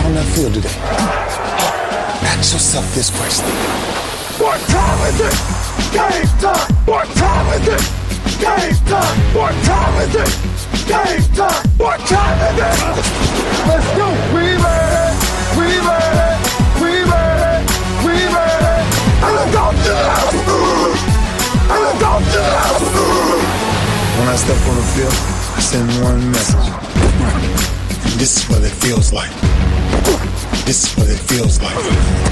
on that field today, ask yourself this question. What time is it? Game time! What time is it? Game time! What time is it? Game time! What time is it? Let's go! We made it! We made it! We made it! We made it! And let's go to the house! And let's go to the house! When I step on the field, I send one message. This is what it feels like. This is what it feels like.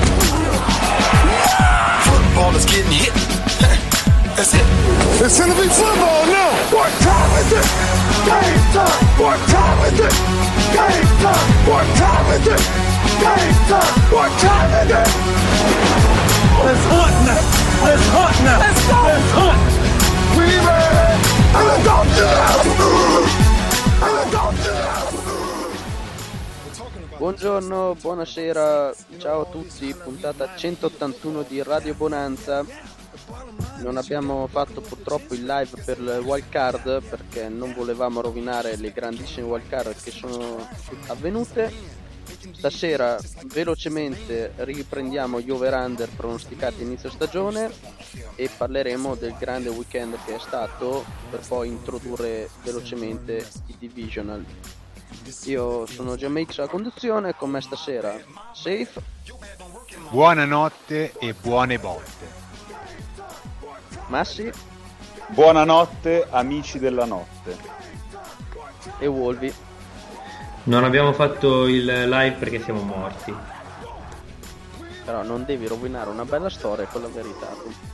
Football is getting hit. That's it. It's gonna be football now. What time is it? Game time. What time is it? Game time. What time is it? Game time. What time is it? Let's hunt now. Let's hunt now. Let's go. Let's hunt. We made it. And let's go to the house. And let's go to the house. Buongiorno, buonasera, ciao a tutti, puntata 181 di Radio Bonanza. Non abbiamo fatto purtroppo il live per il wild card perché non volevamo rovinare le grandissime wild card che sono avvenute. Stasera velocemente riprendiamo gli over-under pronosticati inizio stagione e parleremo del grande weekend che è stato, per poi introdurre velocemente i divisional. Io sono GMX alla conduzione, con me stasera Safe. Buonanotte e buone botte. Massi. Buonanotte amici della notte. E Wolvi. Non abbiamo fatto il live perché siamo morti. Però non devi rovinare una bella storia con la verità.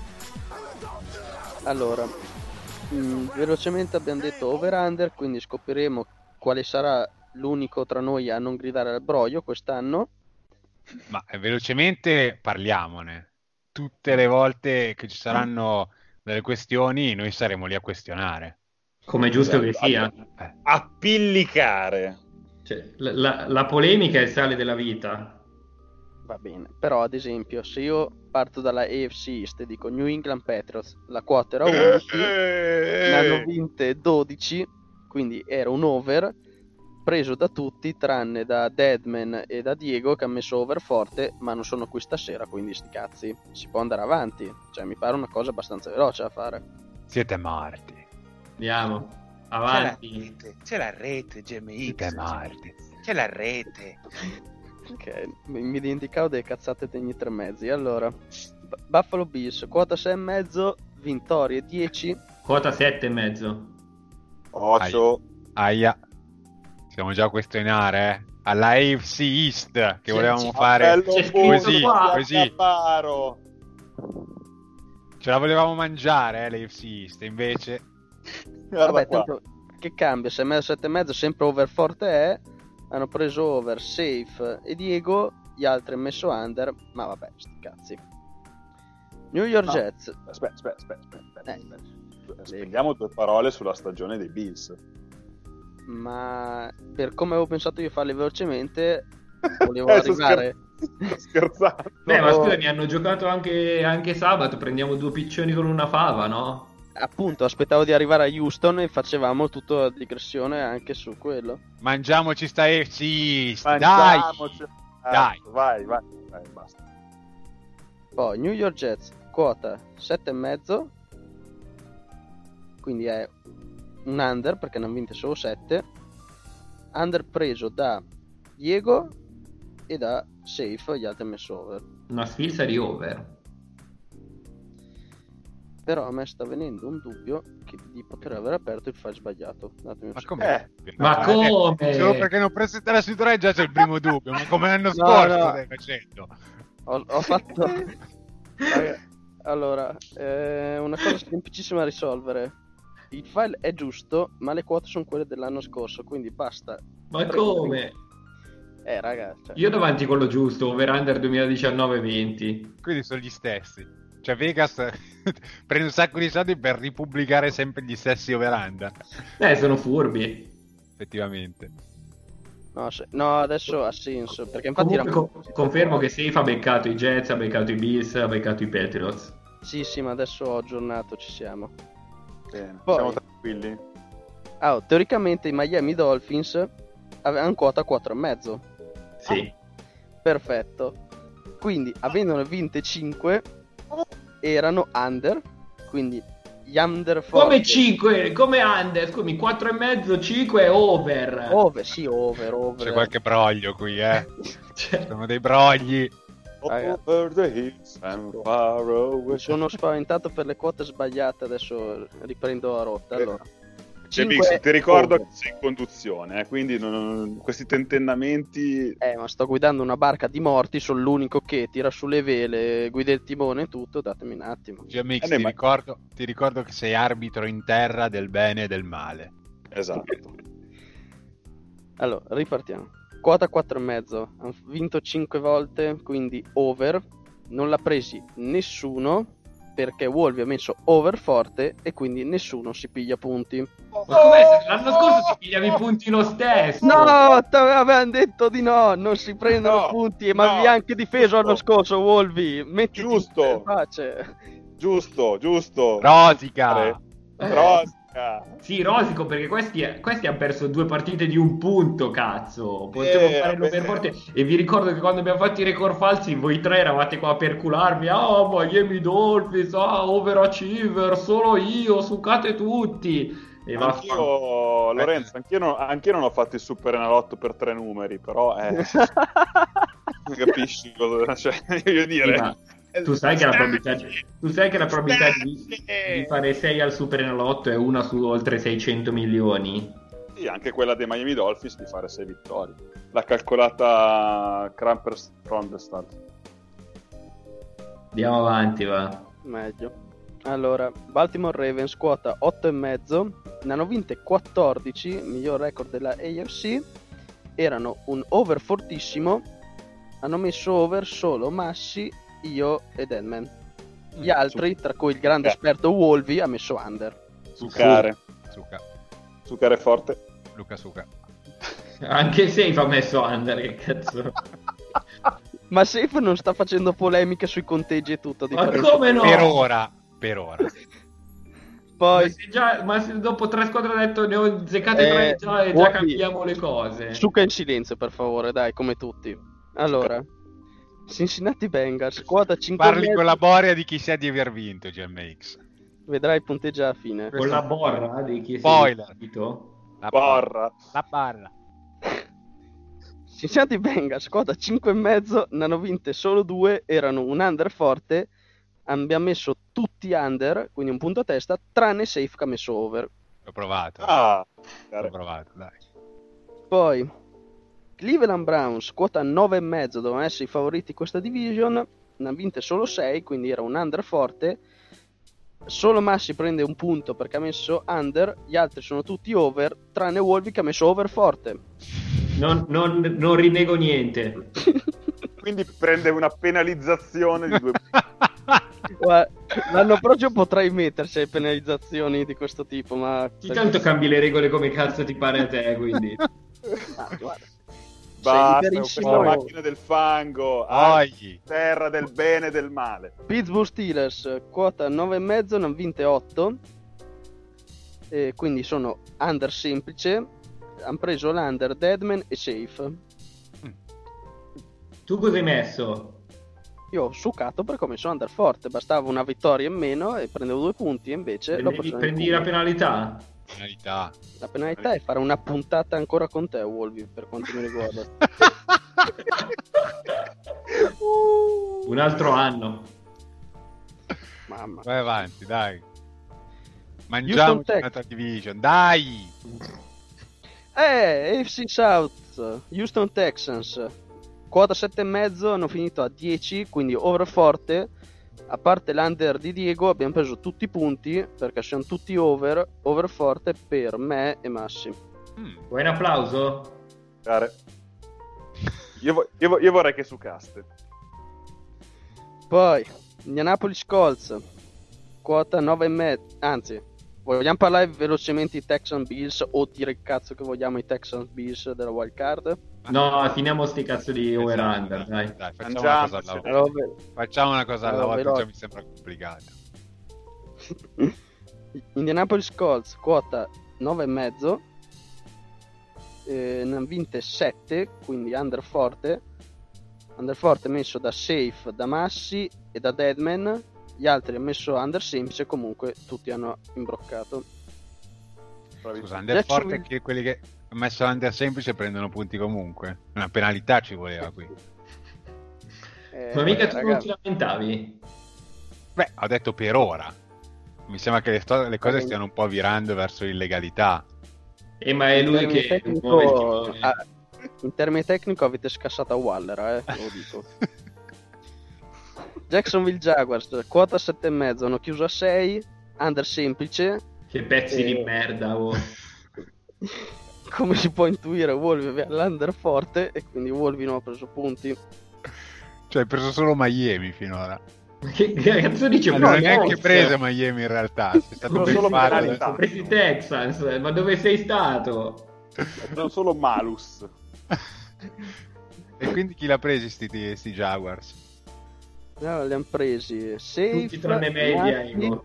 Allora, velocemente abbiamo detto over-under, quindi scopriremo quale sarà l'unico tra noi a non gridare al broglio quest'anno. Ma velocemente parliamone. Tutte le volte che ci saranno delle questioni, noi saremo lì a questionare. Come è giusto che sia. A pillicare. Cioè, la polemica è il sale della vita. Va bene, però ad esempio se io parto dalla AFC East e dico New England Patriots, la quota era 11, ne hanno vinte 12, quindi era un over preso da tutti tranne da Deadman e da Diego che ha messo over forte, ma non sono qui stasera, quindi sti cazzi, si può andare avanti, cioè mi pare una cosa abbastanza veloce da fare. Siete morti. Andiamo avanti. C'è la rete GMX. Siete morti. C'è la rete. Ok, mi dimenticavo delle cazzate degli tre mezzi. Allora, Buffalo Bills quota 6,5, vittorie 10, Quota 7,5. Ocio. Aia. Siamo già a questionare, alla AFC East che volevamo c'è fare scritto qua. così. Paro. Ce la volevamo mangiare, l'AFC East, invece Guarda vabbè, qua. tanto che cambia, 6,5, 7,5, sempre over forte è. Hanno preso over Safe e Diego, gli altri hanno messo under, ma vabbè, sti cazzi. New York No. Jets. Aspetta. Eh. Spendiamo 2 parole sulla stagione dei Bills. Ma per come avevo pensato io farle velocemente, volevo Sto arrivare. Sto scherzando. Beh, ma scusami, hanno giocato anche sabato, prendiamo 2 piccioni con una fava, no? Appunto, aspettavo di arrivare a Houston e facevamo tutta la digressione anche su quello. mangiamoci sta AFC East, Mangiamoci. Dai. Vai, basta. Poi New York Jets quota 7,5, quindi è un under perché ne hanno vinte solo 7. Under preso da Diego e da Safe, gli altri hanno messo over. Una sfilza di over. Però a me sta venendo un dubbio di poter aver aperto il file sbagliato. Datemi un Ma secondo. come? Ma come? Solo perché non presenterà su 3 già c'è il primo dubbio, ma come l'anno scorso no. stai facendo? Ho fatto allora una cosa semplicissima da risolvere. Il file è giusto, ma le quote sono quelle dell'anno scorso, quindi basta. Ma come? Raga, cioè, Io davanti quello giusto, over under 2019-20. Quindi sono gli stessi. Cioè Vegas prende un sacco di soldi per ripubblicare sempre gli stessi over-under. Sono furbi. Effettivamente. no, adesso ha senso, perché infatti Comunque confermo che Safe ha beccato i Jets, ha beccato i Bills, ha beccato i Patriots. sì, ma adesso ho aggiornato, ci siamo. Bene, Poi- siamo tranquilli. Teoricamente i Miami Dolphins avevano quota 4,5. Sì. Perfetto. Quindi, avendone vinte 5, erano under. Quindi, gli under forti. Come 5? Come under? Scusami, 4,5, 5 è over. Over, sì, over. C'è qualche broglio qui, Cioè, Sono dei brogli. Over the hills and far away. Mi sono spaventato per le quote sbagliate, adesso riprendo la rotta. Allora, Mix, ti ricordo over. che sei in conduzione, quindi questi tentennamenti. Ma sto guidando una barca di morti, sono l'unico che tira sulle vele, guida il timone e tutto, datemi un attimo. GMX, ma- ti ricordo che sei arbitro in terra del bene e del male. Esatto. Allora, ripartiamo. Quota 4,5, hanno vinto 5 volte, quindi over. Non l'ha presi nessuno, perché Wolvi ha messo over forte e quindi nessuno si piglia punti. ma com'è? L'anno scorso ti pigliavi i punti lo stesso. No, avevano detto di no, non si prendono No, punti, ma no, avevi anche difeso l'anno giusto. scorso, Wolvi. Mettiti Giusto. in pace. Giusto. Rosica! Rosica. Sì, rosico, perché questi hanno perso 2 partite di un punto, cazzo. Potevo fare l'over forte. E vi ricordo che quando abbiamo fatto i record falsi, voi 3 eravate qua per cularmi. Ah, Miami Dolphins, overachiever, solo io, succate tutti. E Anch'io, Lorenzo, anch'io non ho fatto il Super Enalotto per 3 numeri, però capisci cosa, cioè, voglio dire. Tu sai che la probabilità di fare 6 al Super Enalotto è una su oltre 600 milioni? Sì, anche quella dei Miami Dolphins di fare 6 vittorie. L'ha calcolata Krampers from the start. Andiamo avanti, va. Meglio. Allora, Baltimore Ravens quota 8,5, ne hanno vinte 14, miglior record della AFC, erano un over fortissimo, hanno messo over solo Massi, io ed Edman. Gli altri, tra cui il grande esperto Wolvi, ha messo under. Sucare forte. Luca Suca. Anche Safe ha messo under, che cazzo. Ma Safe non sta facendo polemiche sui conteggi e tutto. Ma come no? Per ora. Poi Ma se dopo 3 squadre ha detto ne ho zeccate 3 già e già Wolvi, cambiamo le cose. Suca in silenzio, per favore, dai, come tutti. Allora, Cincinnati Bengals, quota 5,5. Parli con la boria di chi sa di aver vinto, GMX. Vedrai il punteggio alla fine. Con la borra di chi si è Spoiler. capito? La Barra. barra. Cincinnati Bengals, quota 5,5, ne hanno vinte solo 2, erano un under forte, abbiamo messo tutti under, quindi un punto a testa, tranne Safe che ha messo over. L'ho provato. Chiaro. L'ho provato, dai. Poi Cleveland Browns, quota 9,5, dovevano essere i favoriti in questa division, ne hanno vinte solo 6, quindi era un under forte. Solo Massi prende un punto perché ha messo under, gli altri sono tutti over, tranne Wolvi che ha messo over forte. Non rinego niente. Quindi prende una penalizzazione di 2 Guarda, l'anno prossimo potrai metterci penalizzazioni di questo tipo, ma Intanto cambi le regole come cazzo ti pare a te, quindi. guarda. Basta, Sei questa liberissimo. macchina del fango, Poi. terra del bene e del male. Pittsburgh Steelers, quota 9,5, ne hanno vinte 8, quindi sono under semplice, hanno preso l'under Deadman e Safe. Tu cosa hai messo? Io ho succato perché ho messo under forte, bastava una vittoria in meno e prendevo 2 punti, e invece l'ho preso nel Prendi culo. la penalità? Finalità. La penalità è fare una puntata ancora con te, Wolvi, per quanto mi riguarda. Un altro anno. Mamma. Vai avanti, dai. Mangiamo Tech. un'altra division, dai. AFC South, Houston Texans, quota 7,5, hanno finito a 10, quindi over forte. A parte l'under di Diego abbiamo preso tutti i punti perché siamo tutti over forte per me e Massi. Vuoi un applauso? Care. Io vorrei che succaste. Poi Indianapolis Colts, quota 9,5, anzi vogliamo parlare velocemente di Texans Bills o dire il cazzo che vogliamo i Texans Bills della wild card? No, finiamo sti cazzo di over Esatto, under, dai. facciamo una cosa alla volta. Allora, Facciamo una cosa alla Allora, volta, veloce. già mi sembra complicato. Indianapolis Colts, quota 9,5, ne hanno vinte 7, quindi under forte. under forte messo da Safe, da Massi e da Deadman. Gli altri hanno messo under semplice, comunque tutti hanno imbroccato. Scusa, under forte che quelli che hanno messo under semplice prendono punti comunque. Una penalità ci voleva qui. Ma mica tu non ti lamentavi? Beh, ho detto per ora. Mi sembra che le cose stiano un po' virando verso l'illegalità. Ma è lui che muove il timone. In termini tecnico avete scassato a Waller, lo dico. Jacksonville Jaguars, quota 7,5, hanno chiuso a 6, under semplice. Che pezzi di merda, oh. Come si può intuire, Wolvi aveva l'under forte e quindi Wolvi non ha preso punti. Cioè hai preso solo Miami finora. Che cazzo dice? Non hai neanche preso Miami in realtà. Sei stato solo penalizzato. Ho preso i Texans, ma dove sei stato? Non solo malus. E quindi chi l'ha presi sti Jaguars? No, li hanno presi Safe, Tutti tranne media,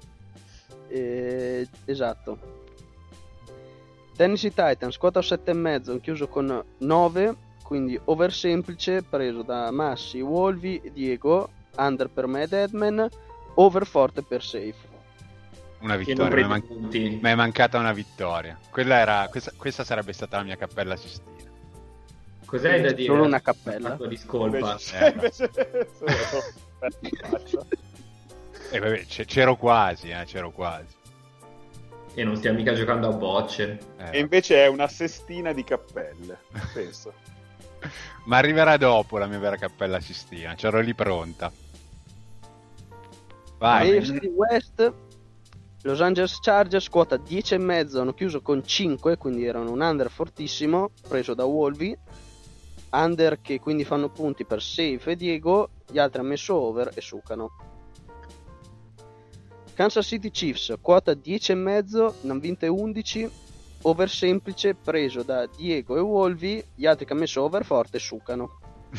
esatto. Tennessee Titans, quota 7,5, hanno chiuso con 9, quindi over semplice, preso da Massi, Wolvi, Diego, under per me Deadman, over forte per Safe. Una vittoria, mi è mancata una vittoria. Questa sarebbe stata la mia cappella Sistina. Cos'hai da dire? Solo una cappella. Di scolpa. Vabbè, c'ero quasi. E non stiamo mica giocando a bocce. E invece è una sestina di cappelle, penso. Ma arriverà dopo la mia vera cappella Sistina, c'ero lì pronta. Vai. AFC West, Los Angeles Chargers, quota 10,5, hanno chiuso con 5, quindi erano un under fortissimo, preso da Wolvi. Under che quindi fanno punti per Safe e Diego, gli altri hanno messo over e sucano. Kansas City Chiefs, quota 10,5, ne hanno vinte 11, over semplice, preso da Diego e Wolvi, gli altri che hanno messo over forte e sucano.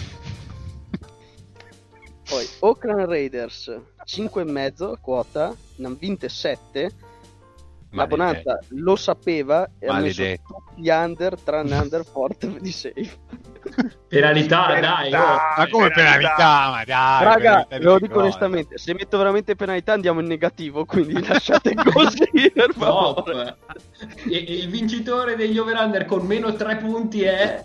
Poi Oakland Raiders, 5,5 quota, ne hanno vinte 7. La Bonanza lo sapeva e ha messo tutti gli under tranne under forte di Safe. Penalità, dai. Ma come penalità? Ma dai. Raga, ve lo dico onestamente, se metto veramente penalità andiamo in negativo, quindi lasciate così per favore. E il vincitore degli over-under con meno 3 punti è...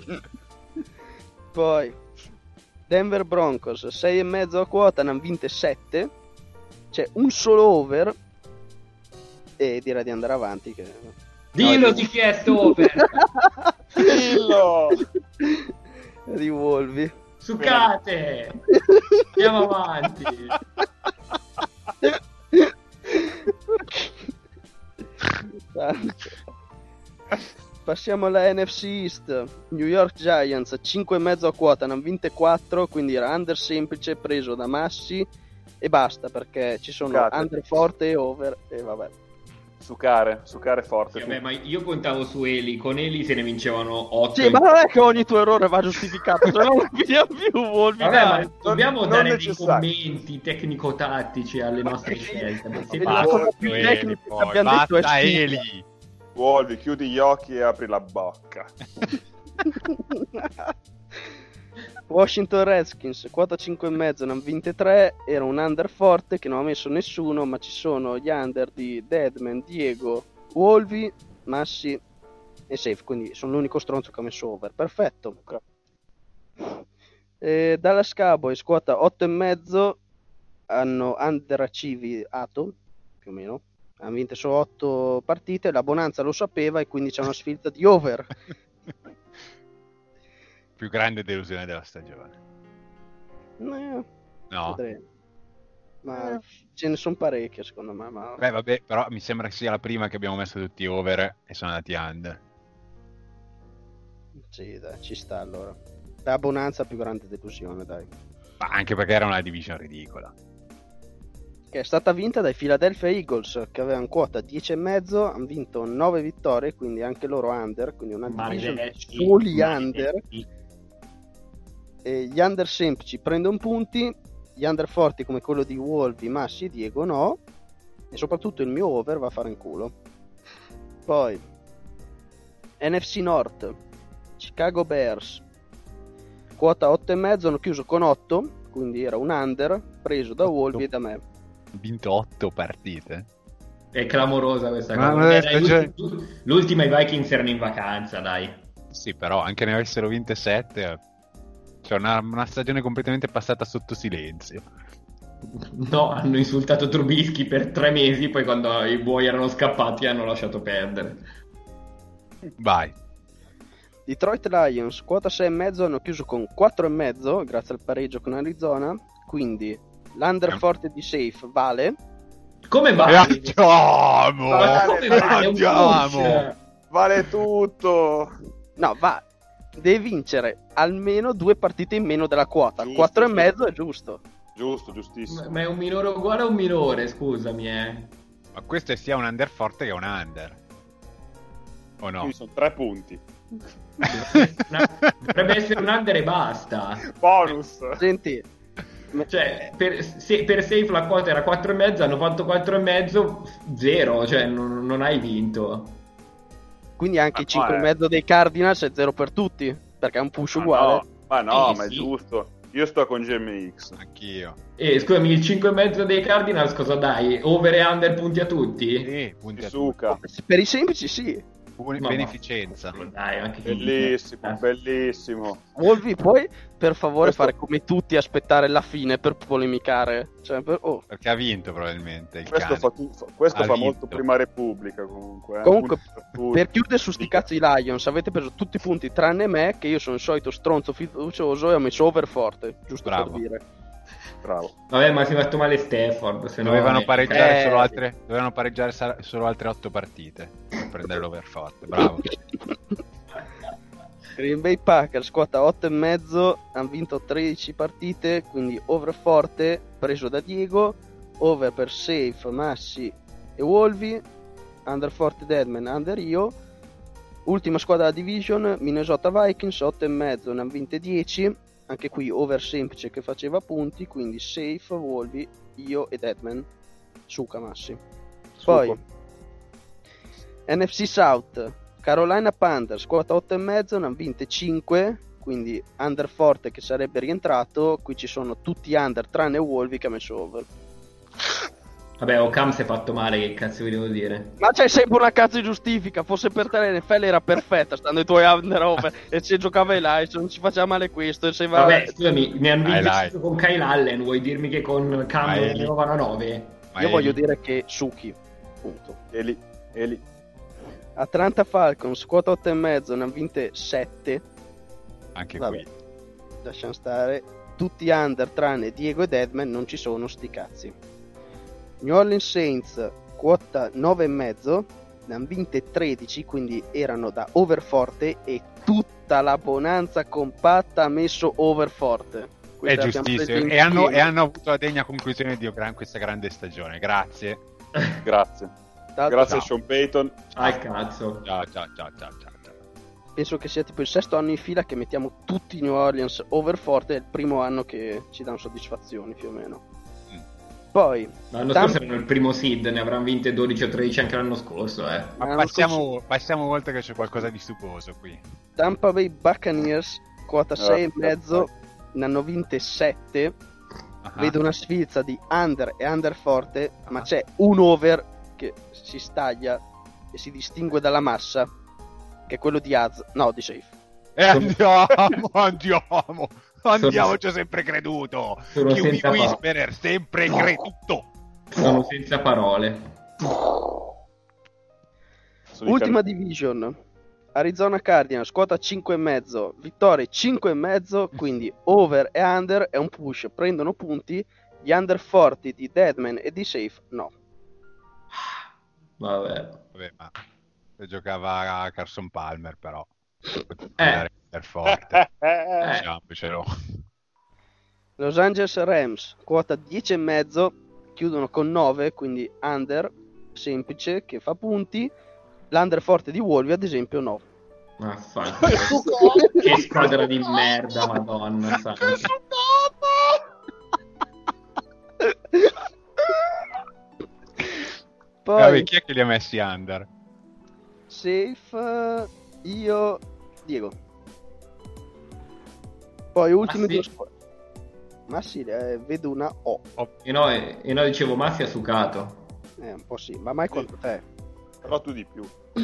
Poi Denver Broncos, 6,5 a quota, ne hanno vinte 7. C'è un solo over e direi di andare avanti. Dillo di chi è sto over. Dillo. Di Wolvi. Succate. Andiamo avanti. Passiamo alla NFC East. New York Giants, 5,5 a quota, ne hanno vinte 4, quindi era under semplice, preso da Massi e basta, perché ci sono under forte e over e vabbè. Sucare forte. Sì, vabbè, ma io contavo su Eli, con Eli se ne vincevano 8. Sì, ma non è che ogni tuo errore va giustificato, se no non vediamo più Wolvi. Vabbè, ma dobbiamo dare dei commenti tecnico-tattici alle nostre scelte. La cosa più tecnica che abbiamo detto è Eli. Wolvi, chiudi gli occhi e apri la bocca. Washington Redskins, quota 5,5, ne hanno vinte 3, era un under forte che non ha messo nessuno, ma ci sono gli under di Deadman, Diego, Wolvi, Massi e Safe, quindi sono l'unico stronzo che ha messo over, perfetto. Dallas Cowboys, quota 8,5, hanno underachieved più o meno, hanno vinto solo 8 partite, la Bonanza lo sapeva e quindi c'è una sfilza di over. Più grande delusione della stagione. No. Potrei. Ma ce ne sono parecchie secondo me. Ma... Beh vabbè, però mi sembra che sia la prima che abbiamo messo tutti over e sono andati under. Sì, dai, ci sta allora. La Bonanza più grande delusione, dai. Ma anche perché era una division ridicola. Che è stata vinta dai Philadelphia Eagles, che avevano quota 10,5, hanno vinto 9 vittorie, quindi anche loro under, quindi una division soli under. E gli under semplici prendono punti, gli under forti come quello di Wolvi, Massi e Diego no, e soprattutto il mio over va a fare in culo. Poi NFC North, Chicago Bears, quota 8,5 hanno chiuso con 8, quindi era un under preso da Wolvi e da me. Ha vinto 8 partite. È clamorosa questa Ma cosa. non è Dai, stagione- l'ultima i Vikings erano in vacanza, dai. Sì, però anche ne avessero vinte 7, c'è una stagione completamente passata sotto silenzio. No, hanno insultato Trubisky per 3 mesi, poi quando i buoi erano scappati hanno lasciato perdere. Vai. Detroit Lions, quota 6,5 hanno chiuso con 4,5 grazie al pareggio con Arizona, quindi l'under forte di Safe vale. Come E va? andiamo! Ma come va? È un Andiamo! push. Vale tutto. No, va, deve vincere almeno 2 partite in meno della quota. Giusto, 4,5 è giusto. Giusto, giustissimo. Ma è un minore uguale a un minore, scusami, Ma questo è sia un under forte che un under. O no? Quindi sono 3 punti. Dovrebbe essere un under e basta. Bonus. Senti, Cioè, per Safe la quota era 4,5, hanno fatto 4,5, 0, cioè non hai vinto. quindi anche i Ma no, 5,5 dei Cardinals è 0 per tutti, perché è un push uguale. Ma no, Sì, ma è sì. giusto. Io sto con GMX. Anch'io. E scusami, il 5,5 dei Cardinals cosa dai? Over e under punti a tutti? Sì, punti a Suca. Per i semplici sì. Ma- beneficenza. Dai, anche Bellissimo, bellissimo. Wolvi, puoi per favore Questo- fare come tutti, aspettare la fine per polemicare? Cioè, oh. Perché ha vinto probabilmente il Questo, cane. questo Ha fa vinto. molto Prima Repubblica comunque. Comunque, Punti per tutti. per chiudere su sti cazzo di Lions, avete preso tutti i punti tranne me, che io sono il solito stronzo fiducioso e ho messo over forte, giusto Bravo. per dire. Bravo. Vabbè, ma si è fatto male Stafford. Se no- Dovevano pareggiare, Eh. dovevano pareggiare solo altre 8 partite per prendere l'overforte. Bravo. Green Bay Packers, quota 8,5, hanno vinto 13 partite, quindi over forte, preso da Diego, over per Safe, Massi e Wolvi, under forte Deadman, under io. Ultima squadra della division, Minnesota Vikings, 8,5, ne hanno vinte 10, anche qui over semplice che faceva punti, quindi Safe, Wolvi, io e Deadman, Suca Massi. Poi NFC South, Carolina Panthers, quota 8,5, ne hanno vinte 5, quindi under forte che sarebbe rientrato. Qui ci sono tutti under tranne Wolvi che ha messo over. Vabbè, Ocam si è fatto male, che cazzo vi devo dire? Ma c'è sempre una cazzo di giustifica. Fosse per te l'NFL era perfetta, stando i tuoi under over, e se giocava i Lions non ci faceva male questo, e se va... Vabbè, scusami, ne hanno vinto Dai. 5 con Kyle Allen, vuoi dirmi che con Cam Vai, ne Eli. avevano 9? Ma Io è- voglio dire che Suki, punto. Eli. Atlanta Falcons, quota 8,5, ne hanno vinte 7. Anche Vabbè, qui. lasciamo stare. Tutti under tranne Diego e Deadman, non ci sono sti cazzi. New Orleans Saints, quota 9,5, ne hanno vinte 13, quindi erano da over forte e tutta la bonanza compatta ha messo over forte. È Questa l'abbiamo giustissimo. presa E hanno, insieme. avuto la degna conclusione di questa grande stagione. Grazie. Grazie. Tra l'altro, Grazie a ciao. Sean Payton. Al cazzo. Ciao. penso che sia tipo il sesto anno in fila che mettiamo tutti i New Orleans over forte, è il primo anno che ci danno soddisfazioni più o meno. Poi L'anno Tam- scorso erano il primo seed, ne avranno vinte 12 o 13 anche l'anno scorso, Ma l'anno passiamo oltre, che c'è qualcosa di stuposo qui. Tampa Bay Buccaneers, quota 6,5, vai. ne hanno vinte 7. Ah. Vedo una sfilza di under e under forte, ma c'è un over che si staglia e si distingue dalla massa, che è quello di di Safe. E andiamo, ci ho sempre creduto. Sono QB senza Whisperer, sempre creduto. Sono senza parole. Sono i Ultima can- division, Arizona Cardinals, quota 5,5, vittorie 5,5, quindi over e under è un push, prendono punti. Gli under forti di Deadman e di Safe no. Vabbè. Vabbè, ma giocava Carson Palmer, però. Per forte. Diciamocelo. Los Angeles Rams, quota 10,5, chiudono con 9, quindi under semplice che fa punti. L'under forte di Wolvi ad esempio no. Ma che squadra di merda, madonna santa. Poi Vabbè, chi è che li ha messi under? Safe, io, Diego. Poi ultime sì. due squadre. Ma sì, vedo una O. E no, dicevo Massi ha sucato. Un po' sì, ma mai quanto te. Però tu di più.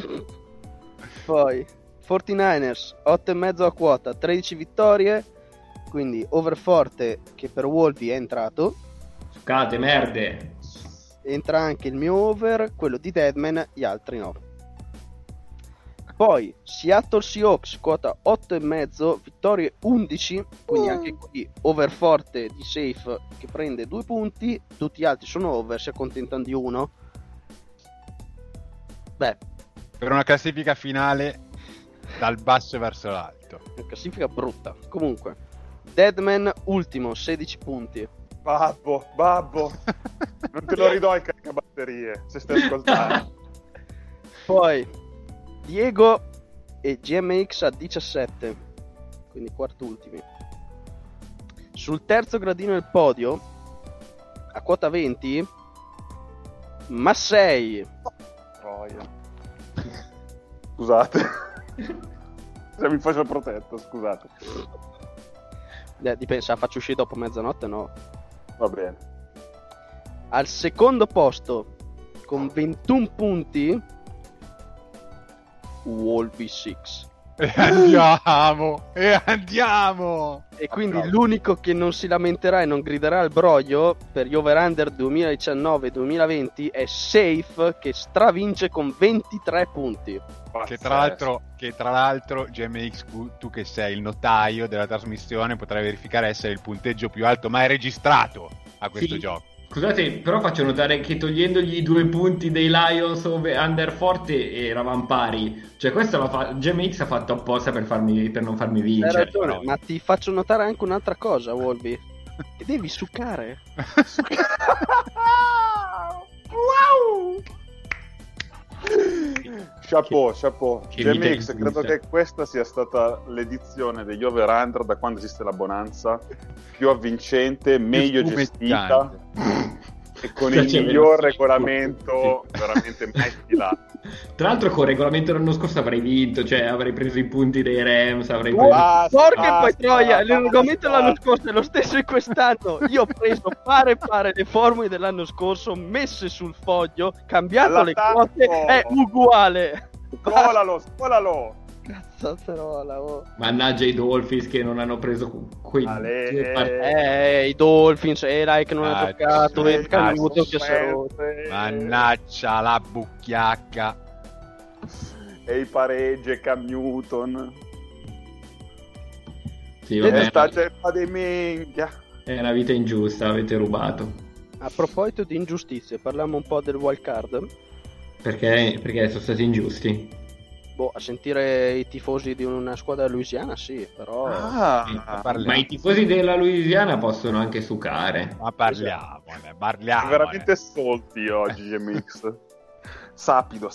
Poi 49ers 8,5 a quota, 13 vittorie, quindi over forte che per Wolby è entrato. Sucate, merde. Entra anche il mio over, quello di Deadman, gli altri no. Poi Seattle Seahawks quota 8,5, vittorie 11, quindi anche qui over forte di Safe che prende 2 punti, tutti gli altri sono over, si accontentano di uno. Beh, Per una classifica finale dal basso verso l'alto. una classifica brutta. Comunque, Deadman ultimo, 16 punti. Babbo, non te lo ridò il caricabatterie, se stai ascoltando. Poi Diego e GMX a 17, quindi quartultimi. Sul terzo gradino del podio, a quota 20, Massei. Troia. Scusate. Se mi faccio protetto, scusate. Dipende, se la faccio uscire dopo mezzanotte no. Va bene. Al secondo posto, con 21 punti, Wolby 6. E andiamo! E quindi l'unico che non si lamenterà e non griderà al broglio per gli over-under 2019-2020 è Safe, che stravince con 23 punti. Che tra l'altro GMX, tu che sei il notaio della trasmissione, potrai verificare essere il punteggio più alto mai registrato a questo gioco. Scusate, però faccio notare che togliendogli i 2 punti dei Lions under forte eravamo pari. Cioè questo GMX ha fatto apposta per non farmi Hai vincere. ragione, ma ti faccio notare anche un'altra cosa, Wolby. Che devi succare. Wow! Chapeau. che vita GMX, insulsa. credo che questa sia stata l'edizione degli over-under da quando esiste la Bonanza più avvincente, meglio gestita e con il Cioè, miglior sì. regolamento veramente mai stilato. Tra l'altro col regolamento dell'anno scorso avrei vinto, cioè avrei preso i punti dei Rams, avrei preso... Porca e poi troia, il regolamento dell'anno scorso è lo stesso di quest'anno. Io ho preso pare le formule dell'anno scorso, messe sul foglio, cambiato le quote, è uguale. Scolalo! Cazzarola, oh. Mannaggia i Dolphins che non hanno preso quei I Dolphins, dai che non ha giocato, che si è rotto. Mannaggia la bucchiacca. E i pareggi e Cam Newton. Sì, vabbè, Sta ceppa di minchia. è una vita ingiusta, avete rubato. A proposito di ingiustizie, parliamo un po' del wild card. Perché sono stati ingiusti. Boh, a sentire i tifosi di una squadra Louisiana, sì, però... Ma i tifosi della Louisiana possono anche sucare. Ma parliamone. Veramente stolti oggi, GMX. Sapido.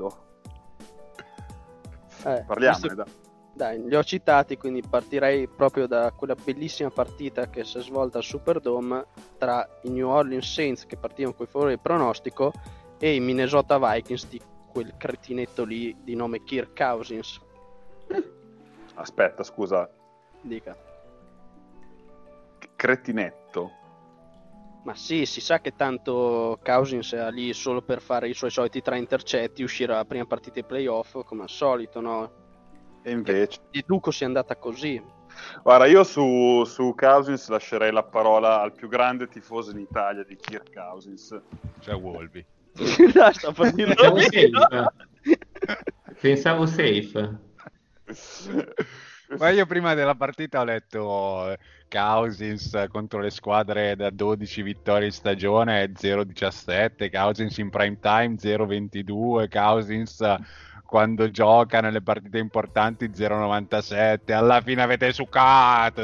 Parliamone, dai. Dai, li ho citati, quindi partirei proprio da quella bellissima partita che si è svolta al Superdome tra i New Orleans Saints, che partivano con i favori del pronostico, e i Minnesota Vikings di quel cretinetto lì di nome Kirk Cousins. Aspetta, scusa. Dica. Cretinetto. Ma sì, si sa che tanto Cousins è lì solo per fare i suoi soliti 3 intercetti, uscire alla prima partita dei playoff, come al solito, no? E invece... Deduco sia andata così. Guarda, io su Cousins lascerei la parola al più grande tifoso in Italia di Kirk Cousins. Cioè Wolby. Dai, sto per dirlo io. Pensavo safe. Ma io prima della partita ho letto Cousins contro le squadre da 12 vittorie in stagione 0-17, Cousins in prime time 0-22, Cousins quando gioca nelle partite importanti 0-97. Alla fine avete succato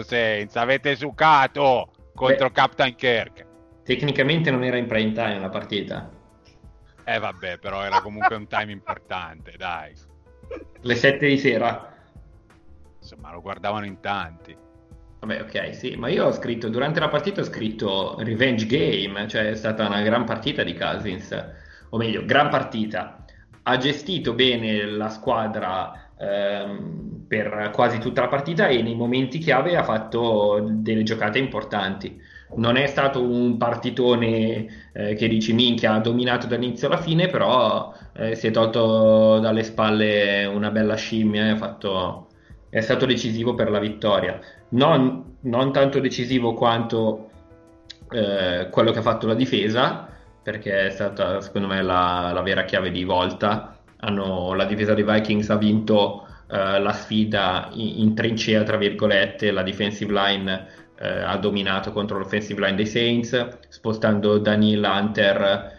contro Captain Kirk. Tecnicamente non era in prime time la partita. Vabbè, però era comunque un time importante, dai. Le 7 di sera. Insomma, lo guardavano in tanti. Vabbè, ok, sì, ma io ho scritto, durante la partita ho scritto Revenge Game, cioè è stata una gran partita di Cousins, o meglio, gran partita. Ha gestito bene la squadra per quasi tutta la partita e nei momenti chiave ha fatto delle giocate importanti. Non è stato un partitone che dici minchia, ha dominato dall'inizio alla fine, però si è tolto dalle spalle una bella scimmia e è stato decisivo per la vittoria. Non tanto decisivo quanto quello che ha fatto la difesa, perché è stata secondo me la vera chiave di volta. La difesa dei Vikings ha vinto la sfida in trincea, tra virgolette. La defensive line ha dominato contro l'offensive line dei Saints, spostando Daniel Hunter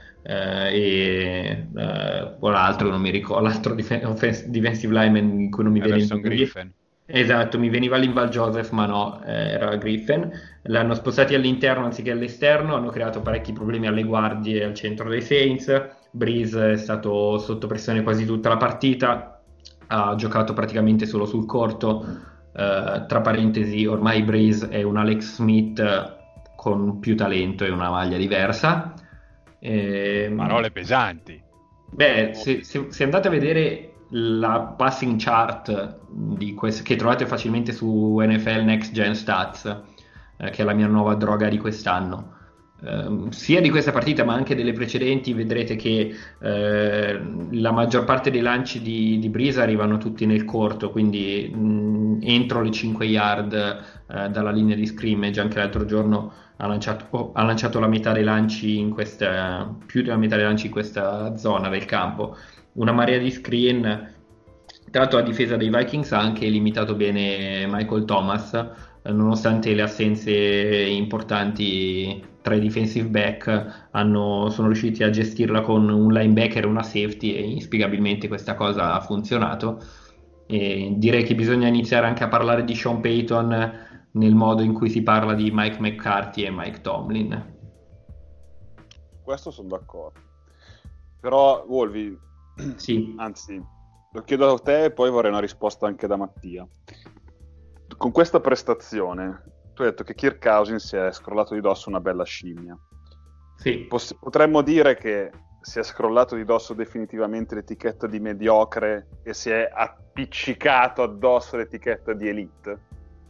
l'altro non mi ricordo, l'altro defensive lineman in cui non mi viene Everson Griffen. Esatto, mi veniva Linval Joseph, ma no, era Griffen. L'hanno spostati all'interno anziché all'esterno, hanno creato parecchi problemi alle guardie al centro dei Saints. Breeze è stato sotto pressione quasi tutta la partita, ha giocato praticamente solo sul corto. Tra parentesi, ormai Breeze è un Alex Smith con più talento e una maglia diversa. Parole pesanti. Beh, se andate a vedere la passing chart che trovate facilmente su NFL Next Gen Stats, che è la mia nuova droga di quest'anno, sia di questa partita ma anche delle precedenti, vedrete che la maggior parte dei lanci di Breeze arrivano tutti nel corto, quindi entro le 5 yard dalla linea di scrimmage. Anche l'altro giorno ha lanciato la metà dei lanci più della metà dei lanci in questa zona del campo. Una marea di screen. Tra l'altro la difesa dei Vikings ha anche limitato bene Michael Thomas, nonostante le assenze importanti tra i defensive back. Sono riusciti a gestirla con un linebacker e una safety e inspiegabilmente questa cosa ha funzionato. E direi che bisogna iniziare anche a parlare di Sean Payton nel modo in cui si parla di Mike McCarthy e Mike Tomlin. Questo sono d'accordo. Però Wolvi, sì. Anzi, lo chiedo a te e poi vorrei una risposta anche da Mattia. Con questa prestazione tu hai detto che Kirk Cousins si è scrollato di dosso una bella scimmia. Sì. Potremmo dire che si è scrollato di dosso definitivamente l'etichetta di mediocre e si è appiccicato addosso l'etichetta di elite?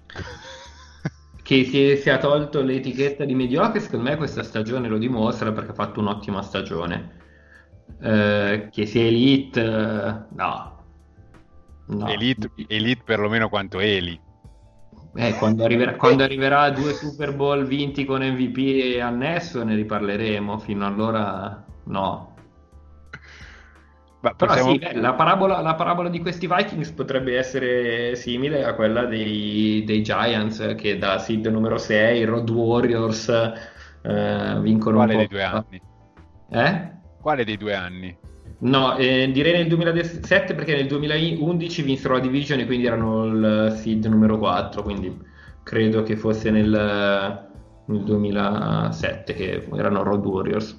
Che si è tolto l'etichetta di mediocre, secondo me questa stagione lo dimostra, perché ha fatto un'ottima stagione. Che sia elite, no. Elite perlomeno quanto Eli. Quando arriverà a 2 Super Bowl vinti con MVP e annesso ne riparleremo. Fino allora no. Però sì, la parabola di questi Vikings potrebbe essere simile a quella dei Giants, che da seed numero 6 Road Warriors vincono Quale un po'. dei 2 anni? Quale dei 2 anni? No, direi nel 2017, perché nel 2011 vinsero la division e quindi erano il seed numero 4, quindi credo che fosse nel 2007 che erano Road Warriors.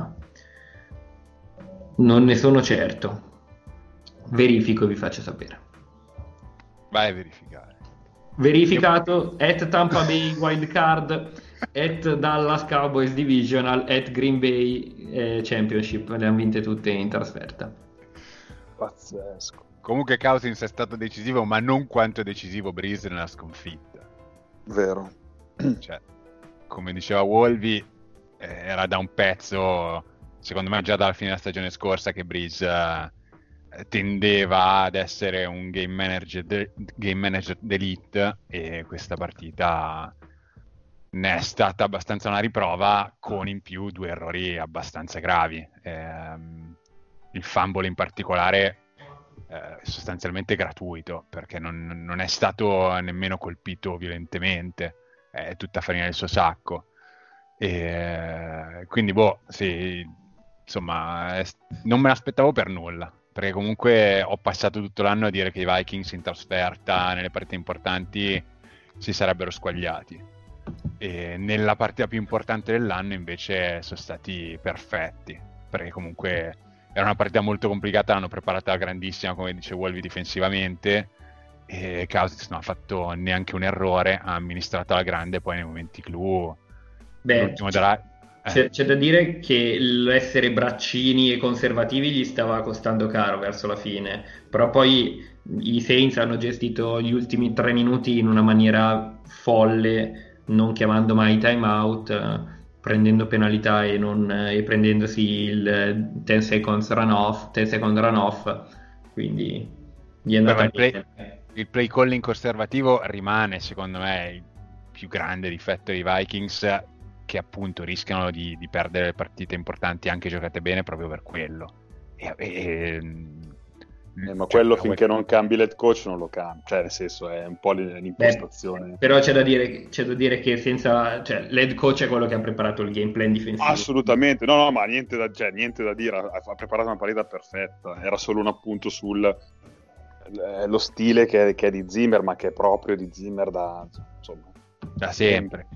Non ne sono certo. Verifico e vi faccio sapere. Vai a verificare. Verificato. At Tampa Bay Wildcard, at Dallas Cowboys Divisional, at Green Bay Championship. Le hanno vinte tutte in trasferta. Pazzesco. Comunque Cousins è stato decisivo, ma non quanto è decisivo Breeze nella sconfitta. Vero. Cioè, come diceva Wolvi, era da un pezzo, secondo me già dalla fine della stagione scorsa, che Breeze tendeva ad essere un game manager d'elite, e questa partita ne è stata abbastanza una riprova, con in più 2 errori abbastanza gravi. Il fumble in particolare sostanzialmente gratuito, perché non è stato nemmeno colpito violentemente, è tutta farina del suo sacco. E quindi sì, insomma, non me l'aspettavo per nulla, perché comunque ho passato tutto l'anno a dire che i Vikings in trasferta nelle partite importanti si sarebbero squagliati, e nella partita più importante dell'anno invece sono stati perfetti, perché comunque era una partita molto complicata, l'hanno preparata alla grandissima, come dice Wolvi, difensivamente, e Cousins non ha fatto neanche un errore, ha amministrato alla grande poi nei momenti clou. C'è da dire che l'essere braccini e conservativi gli stava costando caro verso la fine, però poi i Saints hanno gestito gli ultimi 3 minuti in una maniera folle, non chiamando mai timeout, prendendo penalità e prendendosi il 10 seconds run off, quindi gli è andata bene. Il play calling conservativo rimane, secondo me, il più grande difetto dei Vikings, che appunto rischiano di perdere partite importanti anche giocate bene proprio per quello. Ma quello finché non cambi l'head coach non lo cambi, cioè nel senso è un po' l'impostazione. Però c'è da dire che senza, cioè, l'head coach è quello che ha preparato il game plan difensivo. Assolutamente, no, ma niente da dire, ha preparato una partita perfetta, era solo un appunto sul lo stile che è di Zimmer, ma che è proprio di Zimmer da sempre.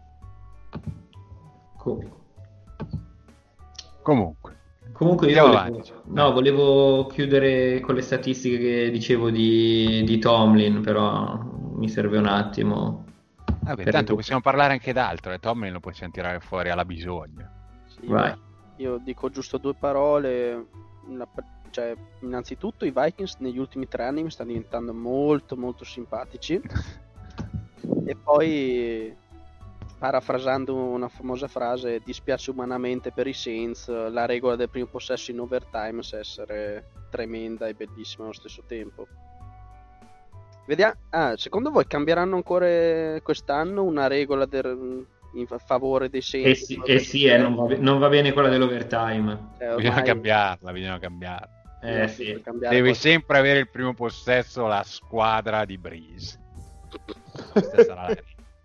Comunque io volevo chiudere con le statistiche che dicevo di Tomlin, però mi serve un attimo. Vabbè, tanto possiamo parlare anche d'altro, Tomlin lo possiamo tirare fuori alla bisogna. Sì, io dico giusto 2 parole. Cioè, innanzitutto i Vikings negli ultimi 3 anni mi stanno diventando molto molto simpatici. E poi, parafrasando una famosa frase, dispiace umanamente per i Saints la regola del primo possesso in overtime sa essere tremenda e bellissima allo stesso tempo. Vediamo. Secondo voi cambieranno ancora quest'anno una regola in favore dei Saints? Non va bene quella dell'overtime. Bisogna cambiarla. Sì. Devi sempre avere il primo possesso la squadra di Breeze. Questa sarà la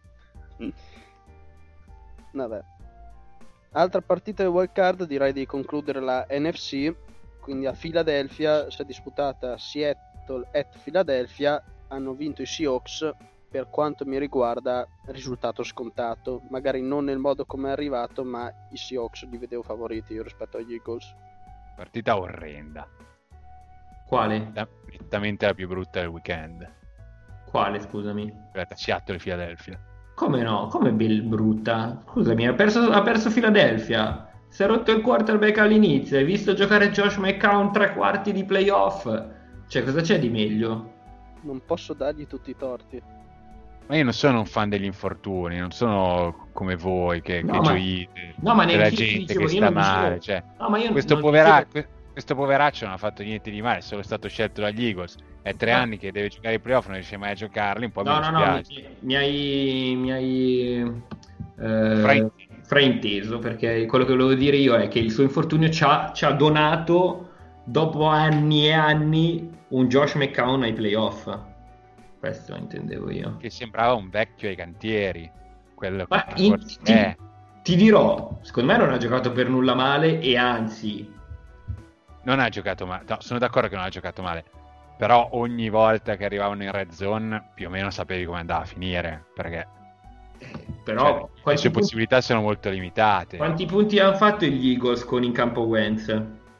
Vabbè. Altra partita del wild card, direi di concludere la NFC. Quindi a Philadelphia si è disputata Seattle at Philadelphia, hanno vinto i Seahawks. Per quanto mi riguarda, risultato scontato, magari non nel modo come è arrivato, ma i Seahawks li vedevo favoriti rispetto agli Eagles. Partita orrenda. Quale? Nettamente la più brutta del weekend. Quale, scusami? Seattle e Philadelphia. Come no? Come brutta? Scusami, ha perso Philadelphia. Si è rotto il quarterback all'inizio. Hai visto giocare Josh McCown 3/4 di playoff? Cioè, cosa c'è di meglio? Non posso dargli tutti i torti. Ma io non sono un fan degli infortuni, non sono come voi che gioite. No, ma della gente che sta male. Cioè, questo poveraccio non ha fatto niente di male, è solo stato scelto dagli Eagles. È 3 anni che deve giocare i playoff, non riesce mai a giocarli. Un po' mi dispiace. Mi hai frainteso, perché quello che volevo dire io è che il suo infortunio ci ha donato, dopo anni e anni, un Josh McCown ai playoff. Questo intendevo io. Che sembrava un vecchio ai cantieri. Ma ti dirò, secondo me non ha giocato per nulla male, e anzi non ha giocato male. No, sono d'accordo che non ha giocato male, però ogni volta che arrivavano in red zone più o meno sapevi come andava a finire, perché però le sue possibilità sono molto limitate. Quanti punti hanno fatto gli Eagles con in campo Wentz?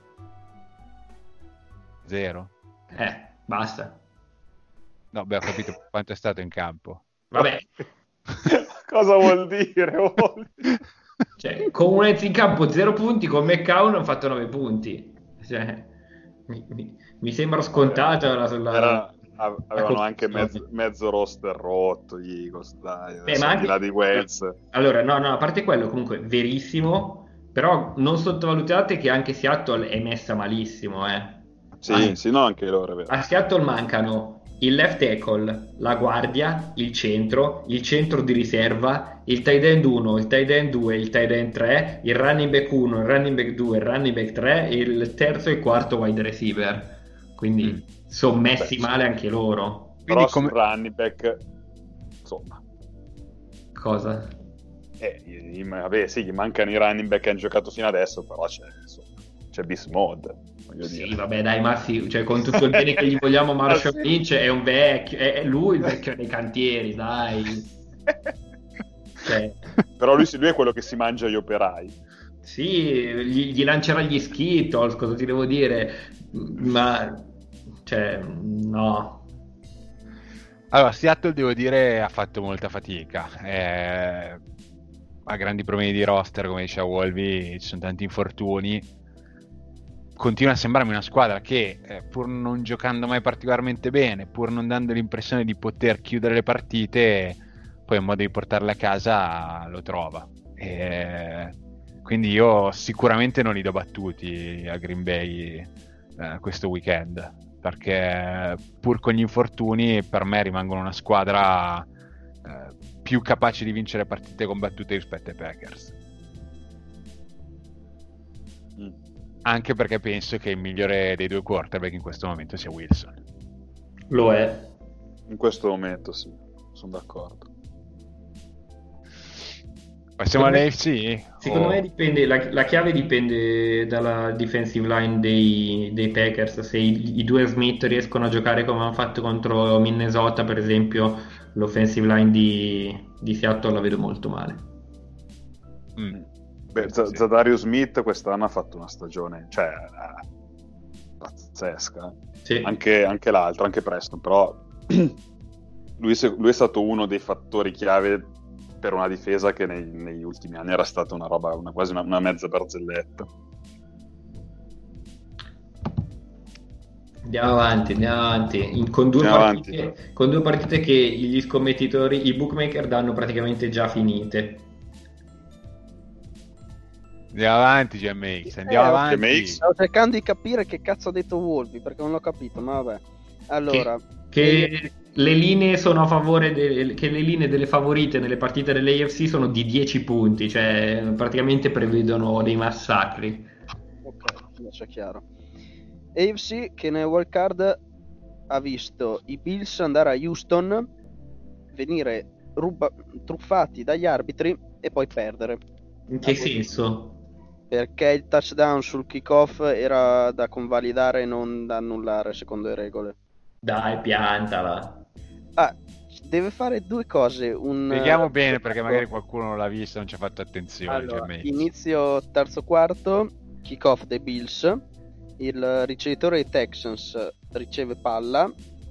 0. Basta. No, ho capito quanto è stato in campo. Vabbè. Cosa vuol dire? Cioè, con Wentz in campo 0 punti, con McCown hanno fatto 9 punti. Cioè, mi sembra scontato. Avevano anche mezzo roster rotto gli Eagles, dai, ma anche là di Wentz. Allora, no, a parte quello, comunque verissimo, però non sottovalutate che anche Seattle è messa malissimo, Sì, no, anche loro, è vero. A Seattle mancano il left tackle, la guardia, il centro di riserva, il tight end 1, il tight end 2, il tight end 3, il running back 1, il running back 2, il running back 3 e il terzo e il quarto wide receiver. Quindi sono messi male anche loro. Però come running back, insomma. Cosa? Vabbè, sì, gli mancano i running back che hanno giocato fino adesso, però c'è Beast Mode. Sì, vabbè, dai, Massi, cioè, con tutto il bene che gli vogliamo, Marshall Lynch è un vecchio, è lui il vecchio dei cantieri, dai. Cioè. Però lui è quello che si mangia gli operai. Sì, gli lancerà gli Skittles, cosa ti devo dire? Ma, cioè, no. Allora, Seattle, devo dire, ha fatto molta fatica. Ha grandi problemi di roster, come diceva Wolvi, ci sono tanti infortuni. continua a sembrarmi una squadra che pur non giocando mai particolarmente bene, pur non dando l'impressione di poter chiudere le partite, poi un modo di portarle a casa lo trova. Quindi io sicuramente non li do battuti a Green Bay questo weekend, perché pur con gli infortuni per me rimangono una squadra più capace di vincere partite combattute rispetto ai Packers. Anche perché penso che il migliore dei due quarterback in questo momento sia Wilson. Lo è. In questo momento sì, sono d'accordo. Passiamo all'AFC? Secondo me dipende, la chiave dipende dalla defensive line dei Packers. Se i due Smith riescono a giocare come hanno fatto contro Minnesota, per esempio, l'offensive line di Seattle la vedo molto male. Beh, Zadarius Smith quest'anno ha fatto una stagione, cioè, pazzesca. Sì. Anche l'altro, anche Preston, però lui è stato uno dei fattori chiave per una difesa che negli ultimi anni era stata una roba, quasi una mezza barzelletta. Andiamo avanti. Con due partite che gli scommettitori, i bookmaker danno praticamente già finite. Andiamo avanti, GMX, andiamo avanti. GMX. Stavo cercando di capire che cazzo ha detto Wolvi, perché non l'ho capito, ma vabbè. Allora, che le linee sono a favore che le linee delle favorite nelle partite dell'AFC sono di 10 punti, cioè praticamente prevedono dei massacri. ok, adesso è chiaro. AFC che nel wild card ha visto i Bills andare a Houston, venire truffati dagli arbitri e poi perdere. In che senso? Perché il touchdown sul kickoff era da convalidare e non da annullare secondo le regole. Dai, piantala. Deve fare due cose. Spieghiamo bene perché magari qualcuno non l'ha visto e non ci ha fatto attenzione. Allora, GMX. inizio terzo quarto, kickoff dei Bills, il ricevitore dei Texans riceve palla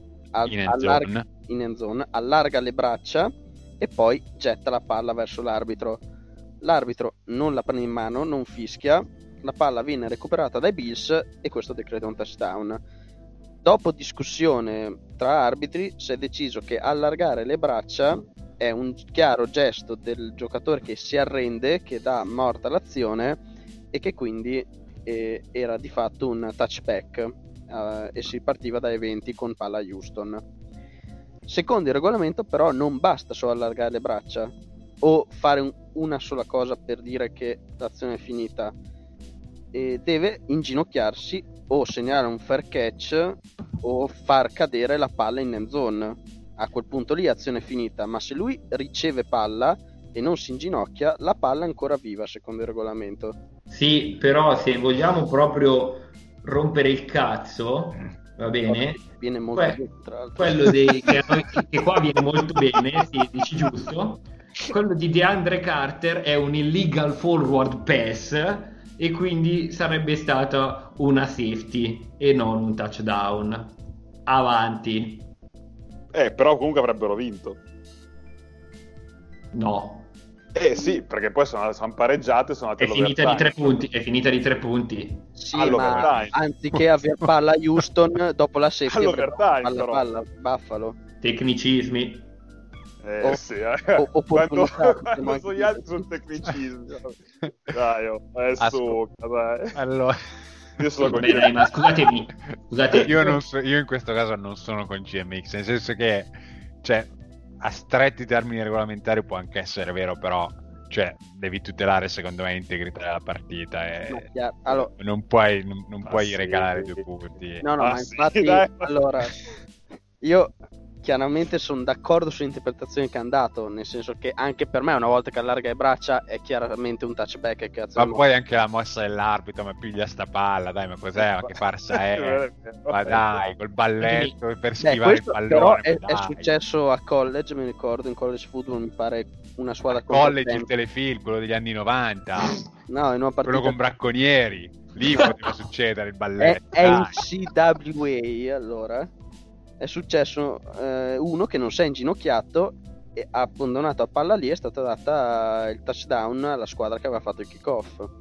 in end zone, allarga le braccia e poi getta la palla verso l'arbitro. L'arbitro non la prende in mano, non fischia, la palla viene recuperata dai Bills e questo decreta un touchdown. Dopo discussione tra arbitri si è deciso che allargare le braccia è un chiaro gesto del giocatore che si arrende, che dà morte all'azione e che quindi era di fatto un touchback e si partiva dai 20 con palla a Houston. Secondo il regolamento però non basta solo allargare le braccia o fare una sola cosa per dire che l'azione è finita, e deve inginocchiarsi o segnare un fair catch o far cadere la palla in end zone. A quel punto lì azione è finita, ma se lui riceve palla e non si inginocchia, la palla è ancora viva secondo il regolamento. Sì, però se vogliamo proprio rompere il cazzo, va bene? Viene molto bene, tra l'altro. Quello che qua viene molto bene, sì, dici giusto. Quello di DeAndre Carter è un illegal forward pass e quindi sarebbe stata una safety e non un touchdown. Avanti. Però comunque avrebbero vinto. No. Sì, perché poi sono pareggiate, sono andate È finita di 3 punti. Sì, ma anziché aver palla a Houston dopo la safety palla Buffalo. Tecnicismi. Sì, quando sono gli altri sul tecnicismo. Dai, dai. Allora, io sono con dai, ma scusate. Io in questo caso non sono con GMX, nel senso che, cioè, a stretti termini regolamentari può anche essere vero, però, cioè, devi tutelare secondo me l'integrità della partita e allora, non puoi regalare 2 punti. No, ma infatti, allora, io chiaramente sono d'accordo sull'interpretazione che hanno dato, nel senso che anche per me una volta che allarga le braccia è chiaramente un touchback. Ma poi anche la mossa dell'arbitro, ma piglia sta palla, dai, ma cos'è? Ma che farsa è? Ma dai, col balletto per schivare il pallone. Però è successo a college, mi ricordo, in college football mi pare una squadra college il telefilm, quello degli anni 90. No, in una partita quello con Bracconieri, lì poteva succedere il balletto. È in CWA, allora è successo uno che non si è inginocchiato e ha abbandonato la palla lì, è stata data il touchdown alla squadra che aveva fatto il kickoff.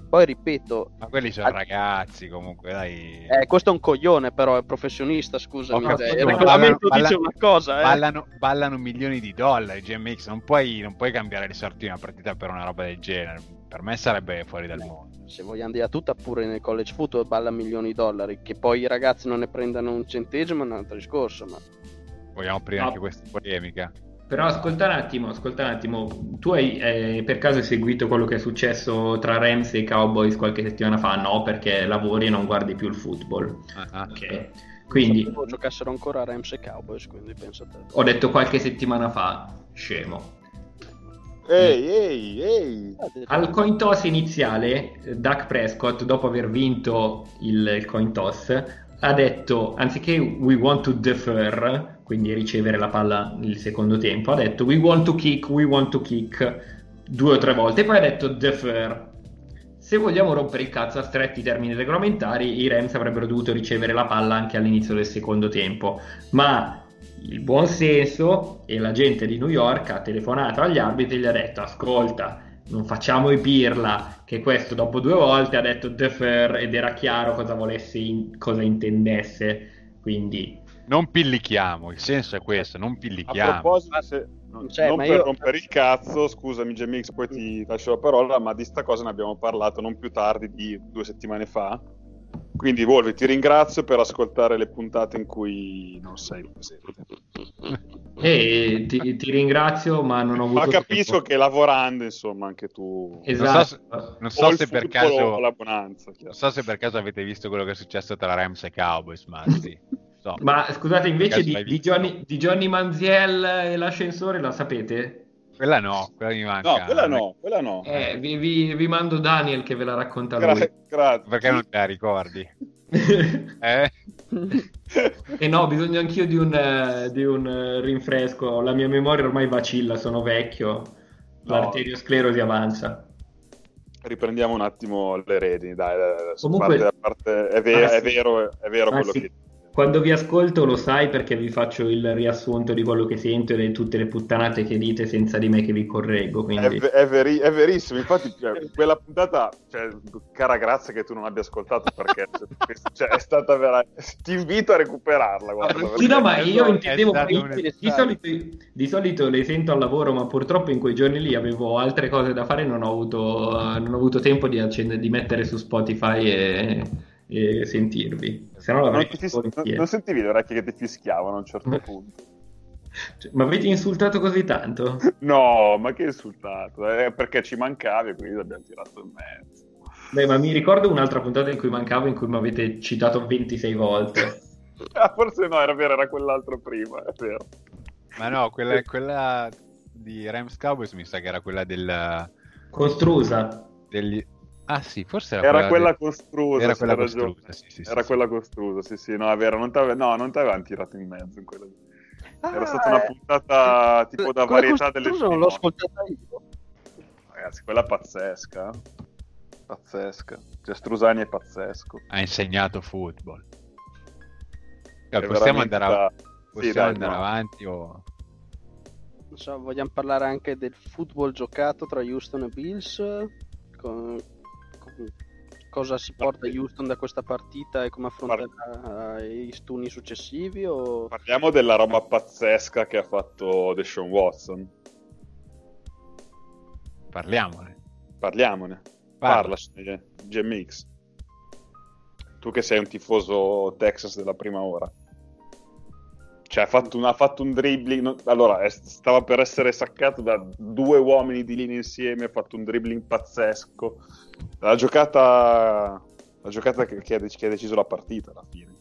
Poi ripeto, Ma quelli sono ragazzi, comunque, dai. questo è un coglione, però è professionista, scusami. Ho capito, Il ma regolamento ballano- dice una cosa, Ballano milioni di dollari, GMX, non puoi cambiare le sorti di una partita per una roba del genere. Per me sarebbe fuori dal mondo. Se vogliamo dire tutta, pure nel college football balla milioni di dollari. Che poi i ragazzi non ne prendano un centesimo è un altro discorso, ma... Vogliamo aprire anche questa polemica? Però ascolta un attimo, tu hai per caso seguito quello che è successo tra Rams e Cowboys qualche settimana fa? No, perché lavori e non guardi più il football. Ok. Quindi sapevo giocassero ancora Rams e Cowboys, quindi penso a te. ho detto qualche settimana fa, scemo. Ehi. Al coin toss iniziale, Dak Prescott, dopo aver vinto il coin toss, ha detto, anziché we want to defer, quindi ricevere la palla nel secondo tempo, ha detto we want to kick 2 o 3 volte, e poi ha detto defer. Se vogliamo rompere il cazzo a stretti termini regolamentari, i Rams avrebbero dovuto ricevere la palla anche all'inizio del secondo tempo, ma il buon senso e la gente di New York ha telefonato agli arbitri e gli ha detto ascolta, non facciamo i pirla, che questo dopo 2 volte ha detto defer ed era chiaro cosa cosa intendesse, quindi Non pillichiamo, il senso è questo, non A pillichiamo. proposito, Cioè, non ma per io- rompere il cazzo, scusami GMX, poi ti lascio la parola, ma di sta cosa ne abbiamo parlato non più tardi di 2 settimane fa. Quindi Volvi, ti ringrazio per ascoltare le puntate in cui non sei presente. e ti ringrazio, ma non ho avuto Ma capisco tempo. che lavorando, insomma, anche tu... Esatto. Non o so il se per football o caso la bonanza. non so se per caso avete visto quello che è successo tra Rams e Cowboys, Mazzi. So. Ma scusate, invece Caso l'hai visto? di Johnny Manziel e l'ascensore la sapete? Quella no, quella mi manca. No, quella no. Vi mando Daniel che ve la racconta lui. Grazie. Perché non te la ricordi? E no, bisogno anch'io di un rinfresco. La mia memoria ormai vacilla, sono vecchio. L'arteriosclerosi avanza. Riprendiamo un attimo le redini, dai. Comunque- a parte, è vero quello sì. che... Quando vi ascolto lo sai perché vi faccio il riassunto di quello che sento e di tutte le puttanate che dite senza di me che vi correggo. Quindi... È verissimo, infatti quella puntata, cara grazia che tu non abbia ascoltato perché è stata veramente... Ti invito a recuperarla, guarda. Sì, no, ma perché io è intendevo stato di solito le sento al lavoro, ma purtroppo in quei giorni lì avevo altre cose da fare e non ho avuto tempo di mettere su Spotify e sentirvi. Se no l'avrei fatto volentieri. Non sentivi le orecchie che ti fischiavano a un certo punto? Cioè, ma avete insultato così tanto? No, ma che insultato, perché ci mancavi e quindi l'abbiamo tirato in mezzo. Beh, ma mi ricordo un'altra puntata in cui mancavo, in cui mi avete citato 26 volte. Forse no, era vero, era quell'altro prima, è vero. Ma no, quella di Rams Cowboys mi sa che era quella Costrusa. degli... Ah sì, forse Era quella costrusa. Era sì, quella hai ragione. costrusa, sì, Era quella costrusa, sì, no, è vero, non t'avevano tirato in mezzo in quella. Era stata una puntata tipo da varietà delle non l'ho ascoltata io. Ragazzi, quella pazzesca. Pazzesca. Cioè, Strusani è pazzesco. Ha insegnato football. È Possiamo veramente andare, Sì, dai, no. avanti o... Non so, vogliamo parlare anche del football giocato tra Houston e Bills? Cosa si porta Houston da questa partita e come affronterà i turni successivi? O... Parliamo della roba pazzesca che ha fatto Deshaun Watson. Parliamone. Parliamone. Parlacene, GMX. Tu che sei un tifoso Texas della prima ora. Cioè, ha fatto un dribbling. Allora, stava per essere saccato da 2 uomini di linea insieme. Ha fatto un dribbling pazzesco. La giocata che ha deciso la partita alla fine.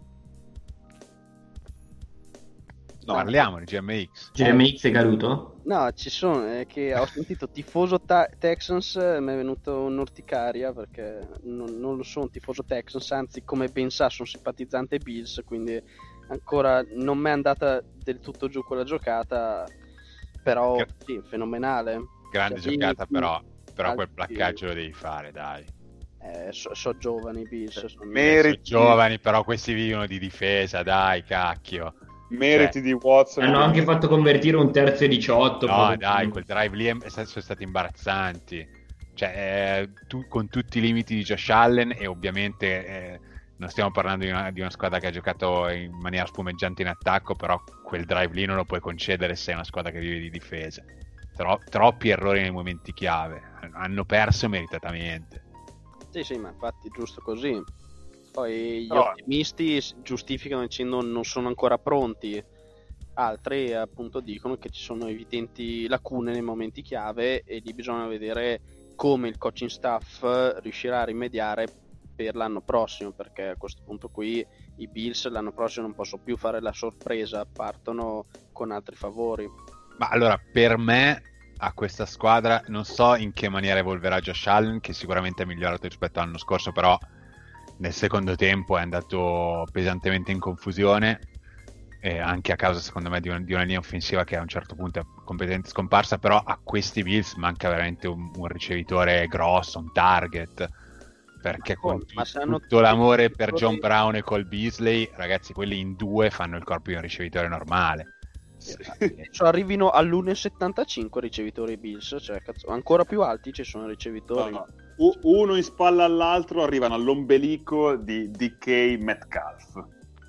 No. Parliamone, GMX. GMX è caduto? No, ci sono, è che ho sentito tifoso Texans, mi è venuto un'orticaria perché non lo sono tifoso Texans, anzi come ben sa sono simpatizzante Bills, quindi ancora non mi è andata del tutto giù quella giocata, però sì, fenomenale. Grande Cioè, giocata, però altri- quel placcaggio lo devi fare, dai. So giovani Bills, sono Meriti. Sono giovani, però questi vivono di difesa, dai, cacchio. Meriti di Watson. Hanno anche fatto convertire un terzo e 18. No, dai, quel drive lì sono stati imbarazzanti. cioè, con tutti i limiti di Josh Allen, e ovviamente non stiamo parlando di una squadra che ha giocato in maniera spumeggiante in attacco, però quel drive lì non lo puoi concedere se è una squadra che vive di difesa. Troppi errori nei momenti chiave, hanno perso meritatamente. Sì, ma infatti è giusto così. Poi gli ottimisti giustificano dicendo non sono ancora pronti, altri appunto dicono che ci sono evidenti lacune nei momenti chiave e lì bisogna vedere come il coaching staff riuscirà a rimediare per l'anno prossimo, perché a questo punto qui i Bills l'anno prossimo non possono più fare la sorpresa, partono con altri favori. Ma allora, per me a questa squadra non so in che maniera evolverà Josh Allen, che sicuramente è migliorato rispetto all'anno scorso, però nel secondo tempo è andato pesantemente in confusione, anche a causa secondo me di una linea offensiva che a un certo punto è completamente scomparsa. Però a questi Bills manca veramente un ricevitore grosso, un target, perché con tutto l'amore per John Brown e Cole Beasley, ragazzi, quelli in due fanno il corpo di un ricevitore normale. Cioè, arrivino all'1,75 ricevitori Bills, cioè ancora più alti ci sono ricevitori. No. Uno in spalla all'altro arrivano all'ombelico di DK Metcalf.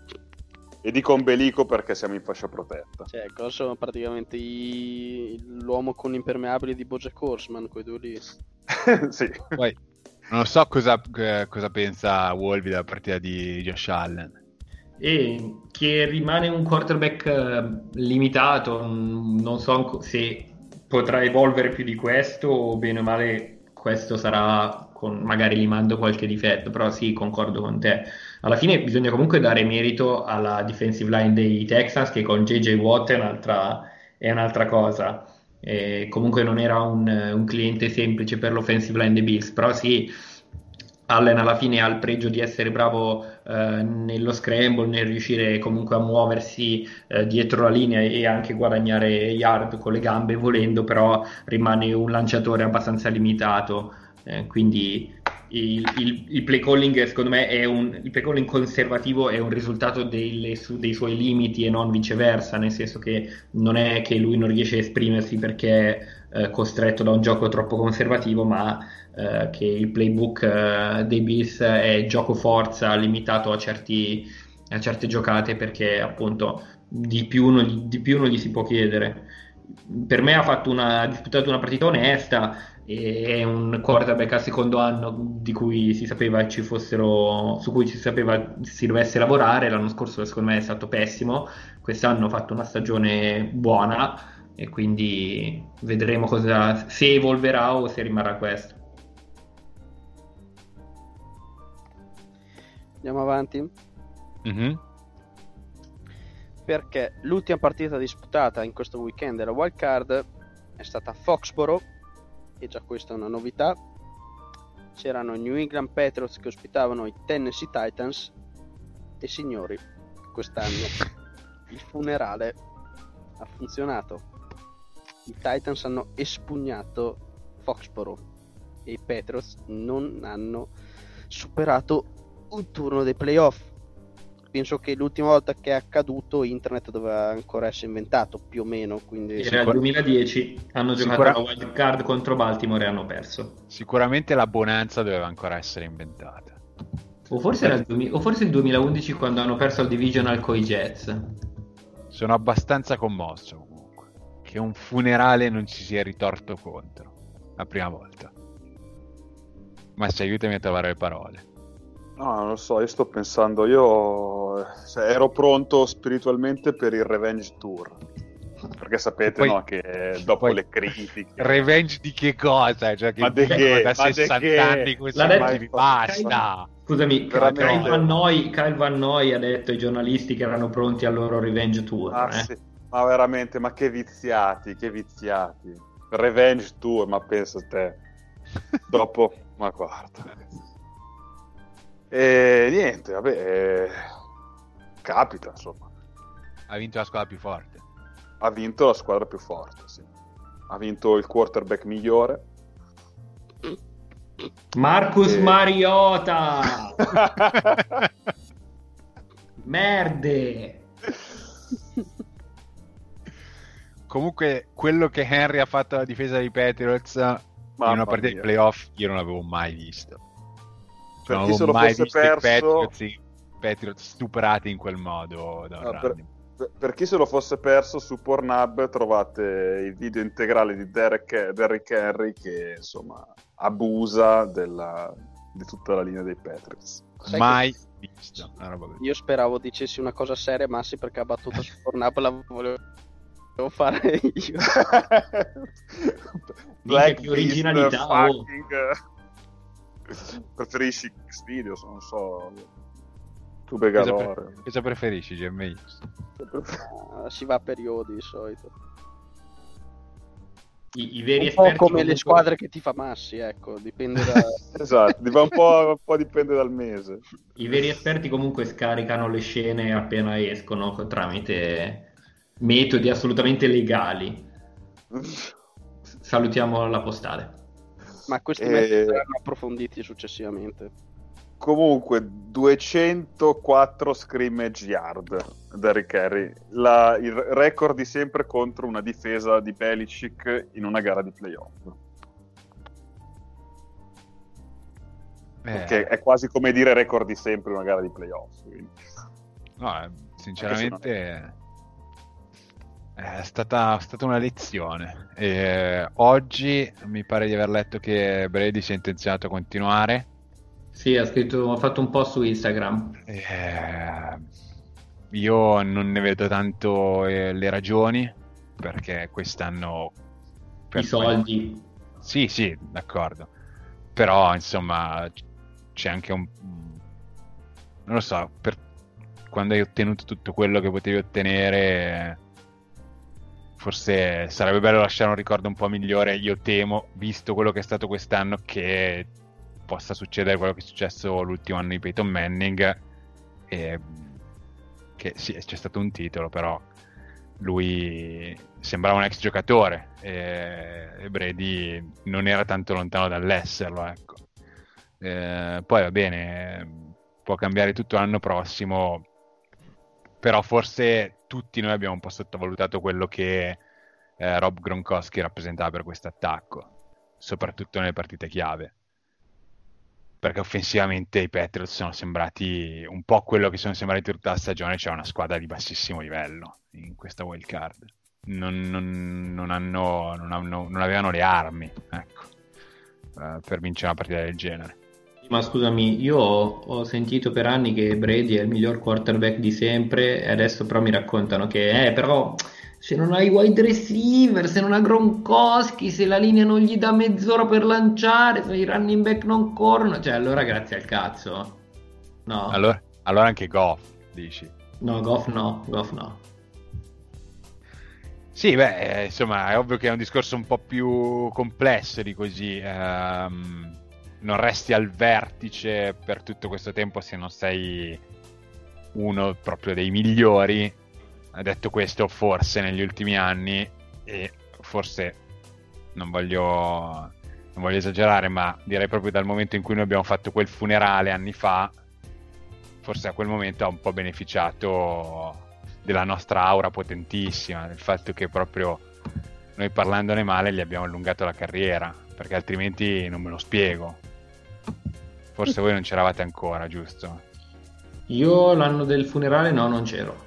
E dico ombelico perché siamo in fascia protetta. Cioè, sono praticamente l'uomo con impermeabili di BoJack Horseman, quei due lì. Sì. Poi non so cosa pensa Wolby della partita di Josh Allen. E che rimane un quarterback limitato, non so se potrà evolvere più di questo, o bene o male questo sarà magari limando qualche difetto, però sì, concordo con te. Alla fine bisogna comunque dare merito alla defensive line dei Texans, che con JJ Watt è un'altra cosa. E comunque non era un cliente semplice per l'offensive line dei Bills, però sì, Allen alla fine ha il pregio di essere bravo nello scramble, nel riuscire comunque a muoversi dietro la linea e anche guadagnare yard con le gambe volendo, però rimane un lanciatore abbastanza limitato, quindi il play calling secondo me il play calling conservativo è un risultato dei suoi limiti e non viceversa, nel senso che non è che lui non riesce a esprimersi perché è costretto da un gioco troppo conservativo, ma che il playbook dei Bills è gioco forza limitato a certe giocate, perché appunto di più non gli si può chiedere. Per me ha disputato una partita onesta, e è un quarterback al secondo anno di cui si sapeva su cui si sapeva si dovesse lavorare. L'anno scorso secondo me è stato pessimo, quest'anno ha fatto una stagione buona e quindi vedremo se evolverà o se rimarrà questo. Andiamo avanti? Mm-hmm. Perché l'ultima partita disputata in questo weekend della wild card è stata a Foxborough, e già questa è una novità. C'erano i New England Patriots che ospitavano i Tennessee Titans, e signori, quest'anno il funerale ha funzionato. I Titans hanno espugnato Foxborough e i Patriots non hanno superato un turno dei playoff. Penso che l'ultima volta che è accaduto internet doveva ancora essere inventato, più o meno, quindi era il 2010, hanno giocato la wild card contro Baltimore e hanno perso. Sicuramente la bonanza doveva ancora essere inventata, o forse il 2011, quando hanno perso al divisional coi Jets. Sono abbastanza commosso comunque che un funerale non ci sia ritorto contro la prima volta. Ma se aiutami a trovare le parole. No, non lo so, io sto pensando, ero pronto spiritualmente per il Revenge Tour, perché sapete, poi, no, che dopo le critiche... Revenge di che cosa? Cioè, che da 60 anni così basta! Scusami, Kyle Van Noy ha detto ai giornalisti che erano pronti al loro Revenge Tour. Sì. Ma veramente, ma che viziati! Revenge Tour, ma pensa te, dopo, ma guarda... E niente, vabbè, capita, insomma. Ha vinto la squadra più forte. Ha vinto la squadra più forte, sì. Ha vinto il quarterback migliore. Marcus Mariota! Merde! Comunque, quello che Henry ha fatto alla difesa dei Patriots in una partita di playoff io non l'avevo mai visto. Per non chi se avevo lo mai fosse visto perso, i Patriots stuprati in quel modo da per chi se lo fosse perso, su Pornhub trovate il video integrale di Derrick Henry che insomma abusa di tutta la linea dei Patriots. Mai visto una roba così. Io speravo dicessi una cosa seria, Massi, perché la battuta su Pornhub la volevo fare io. Black che originalità, fucking... Preferisci Xvideos, non so, tu Begalore. Cosa preferisci, GMI? Si va a periodi di solito. I veri un esperti po' come le squadre che ti fa Massi, ecco, dipende da... Esatto, un po' dipende dal mese. I veri esperti comunque scaricano le scene appena escono tramite metodi assolutamente legali. Salutiamo la postale. Ma questi metodi saranno approfonditi successivamente. Comunque 204 scrimmage yard Derrick Henry, il record di sempre contro una difesa di Belichick in una gara di playoff, perché è quasi come dire record di sempre in una gara di playoff, quindi. No, sinceramente è stata una lezione. Oggi mi pare di aver letto che Brady si è intenzionato a continuare. Sì, ha fatto un post su Instagram. Io non ne vedo tanto le ragioni, perché quest'anno i soldi. Sì, d'accordo. Però insomma c'è anche non lo so, quando hai ottenuto tutto quello che potevi ottenere, forse sarebbe bello lasciare un ricordo un po' migliore. Io temo, visto quello che è stato quest'anno, che possa succedere quello che è successo l'ultimo anno di Peyton Manning, che sì, c'è stato un titolo, però lui sembrava un ex giocatore e Brady non era tanto lontano dall'esserlo, ecco. Poi va bene, può cambiare tutto l'anno prossimo, però forse tutti noi abbiamo un po' sottovalutato quello che Rob Gronkowski rappresentava per questo attacco, soprattutto nelle partite chiave, perché offensivamente i Patriots sono sembrati un po' quello che sono sembrati tutta la stagione, cioè una squadra di bassissimo livello in questa wild card. Non avevano le armi, ecco, per vincere una partita del genere. Ma scusami, io ho sentito per anni che Brady è il miglior quarterback di sempre, e adesso però mi raccontano che però se non hai wide receiver, se non ha Gronkowski, se la linea non gli dà mezz'ora per lanciare, se i running back non corrono, cioè allora grazie al cazzo. No. Allora anche Goff, dici? No, Goff no. Sì, beh, insomma, è ovvio che è un discorso un po' più complesso di così. Non resti al vertice per tutto questo tempo se non sei uno proprio dei migliori. Detto questo, forse negli ultimi anni, e forse non voglio esagerare, ma direi proprio dal momento in cui noi abbiamo fatto quel funerale anni fa, forse a quel momento ha un po' beneficiato della nostra aura potentissima, del fatto che proprio noi parlandone male gli abbiamo allungato la carriera, perché altrimenti non me lo spiego. Forse voi non c'eravate ancora, giusto? Io l'anno del funerale non c'ero.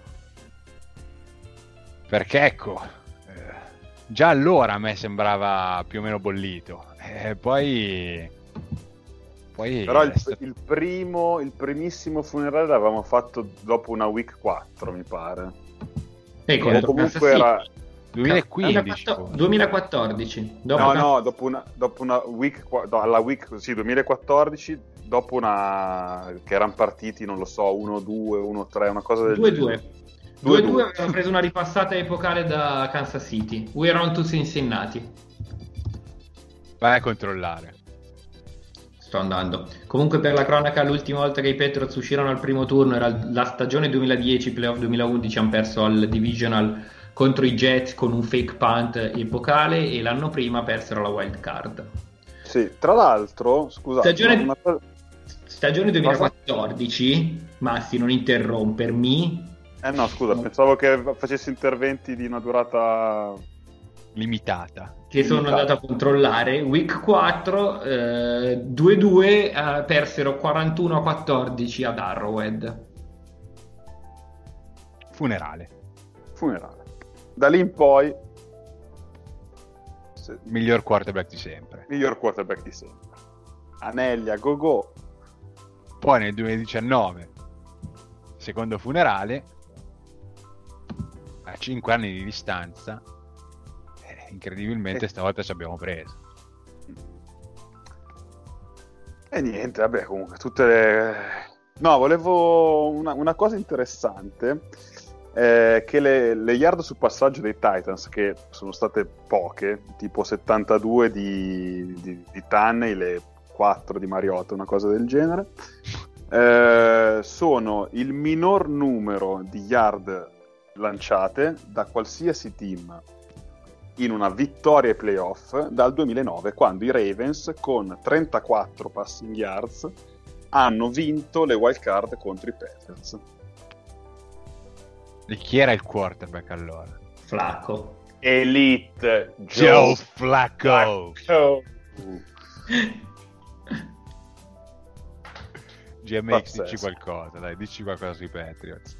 Perché ecco, già allora a me sembrava più o meno bollito, poi però il primissimo funerale l'avevamo fatto dopo una week 4, mi pare. Comunque era 2015 2014 dopo una week, alla week 2014, dopo una che erano partiti, non lo so, 1-2, 1-3, una cosa del 2-2 avevano preso una ripassata epocale da Kansas City. We're on to Cincinnati. Vai a controllare. Sto andando. Comunque, per la cronaca, l'ultima volta che i Patriots uscirono al primo turno era la stagione 2010, playoff 2011, hanno perso al divisional contro i Jets con un fake punt epocale, e l'anno prima persero la wild card. Sì, tra l'altro, scusate, stagione 2014, Massi, non interrompermi. No, scusa, pensavo che facessi interventi di una durata limitata. Che sono andato a controllare. Week 4, 2-2, persero 41-14 ad Arrowhead. Funerale. Da lì in poi Miglior quarterback di sempre. Anelli a go-go. Poi nel 2019, secondo funerale, a 5 anni di distanza, incredibilmente stavolta ci abbiamo preso. E niente, vabbè, comunque tutte le... No, volevo una cosa interessante, che le yard sul passaggio dei Titans, che sono state poche, tipo 72 di Tannehill e 4 di Mariota, una cosa del genere, sono il minor numero di yard lanciate da qualsiasi team in una vittoria ai playoff dal 2009, quando i Ravens con 34 passing yards hanno vinto le wild card contro i Patriots. E chi era il quarterback allora? Flacco. Elite Joe Flacco. GMX, Pazzesco. dici qualcosa, dai, dici qualcosa sui Patriots.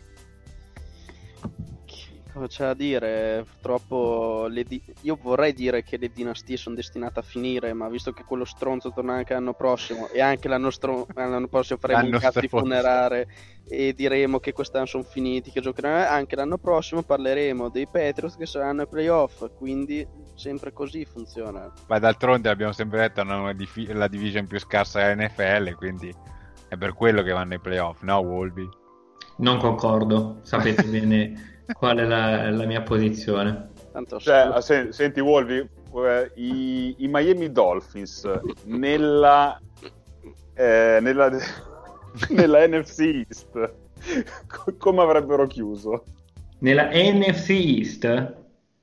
Cosa c'è da dire? Purtroppo io vorrei dire che le dinastie sono destinate a finire, ma visto che quello stronzo torna anche l'anno prossimo e anche l'anno prossimo faremo L'anno un cazzo di stronzo. funerale e diremo che quest'anno sono finiti, che giocheranno, anche l'anno prossimo parleremo dei Patriots che saranno ai playoff, quindi sempre così funziona. Ma d'altronde l'abbiamo sempre detto, hanno la division più scarsa della NFL, quindi è per quello che vanno ai playoff, no Wolby? Non concordo, sapete bene qual è la mia posizione. Tanto Cioè, senti Wolvi, i Miami Dolphins nella NFC East come avrebbero chiuso? Nella NFC East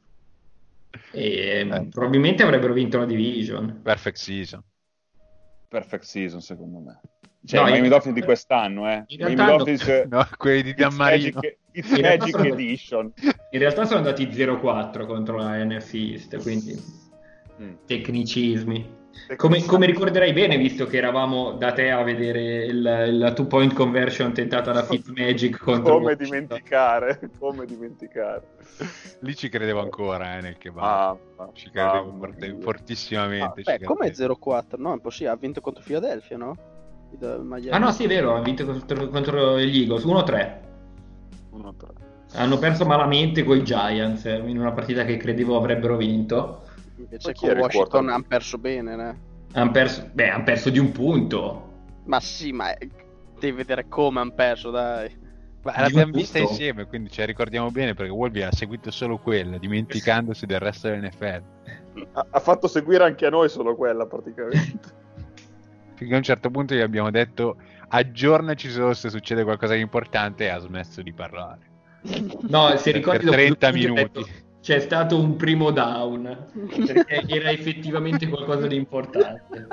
probabilmente avrebbero vinto la division. Perfect season. Perfect season, secondo me. Cioè, No, i Miami in- Dolphins di quest'anno, in Miami realtà no. Dolphins, No, quelli di Dan Marino. It's In realtà Magic sono- Edition. In realtà sono andati 0-4 contro la NFC East, quindi tecnicismi. Come ricorderai bene, visto che eravamo da te a vedere la 2-point conversion tentata da Fitzmagic contro Come Washington. dimenticare. Lì ci credevo ancora nel kebab. Ci credevo fortissimamente. ci come credevo. 0-4? No, ha vinto contro Philadelphia, no? Miami. Ah no, sì, è vero, hanno vinto contro gli Eagles 1-3. 1-3. Hanno perso malamente coi Giants in una partita che credevo avrebbero vinto. Invece Ma chi con era il Washington quarterback? hanno perso bene, né? Hanno perso di un punto. Ma sì, ma devi vedere come hanno perso, dai. Ma Di l'abbiamo un vista punto. insieme, quindi ce la ricordiamo bene perché Wolby ha seguito solo quella, dimenticandosi del resto dell'NFL. Ha fatto seguire anche a noi solo quella, praticamente. Finché a un certo punto gli abbiamo detto aggiornaci solo se succede qualcosa di importante e ha smesso di parlare. No, se Per ricordi 30 dopo, ho detto, minuti. c'è stato un primo down perché era effettivamente qualcosa di importante.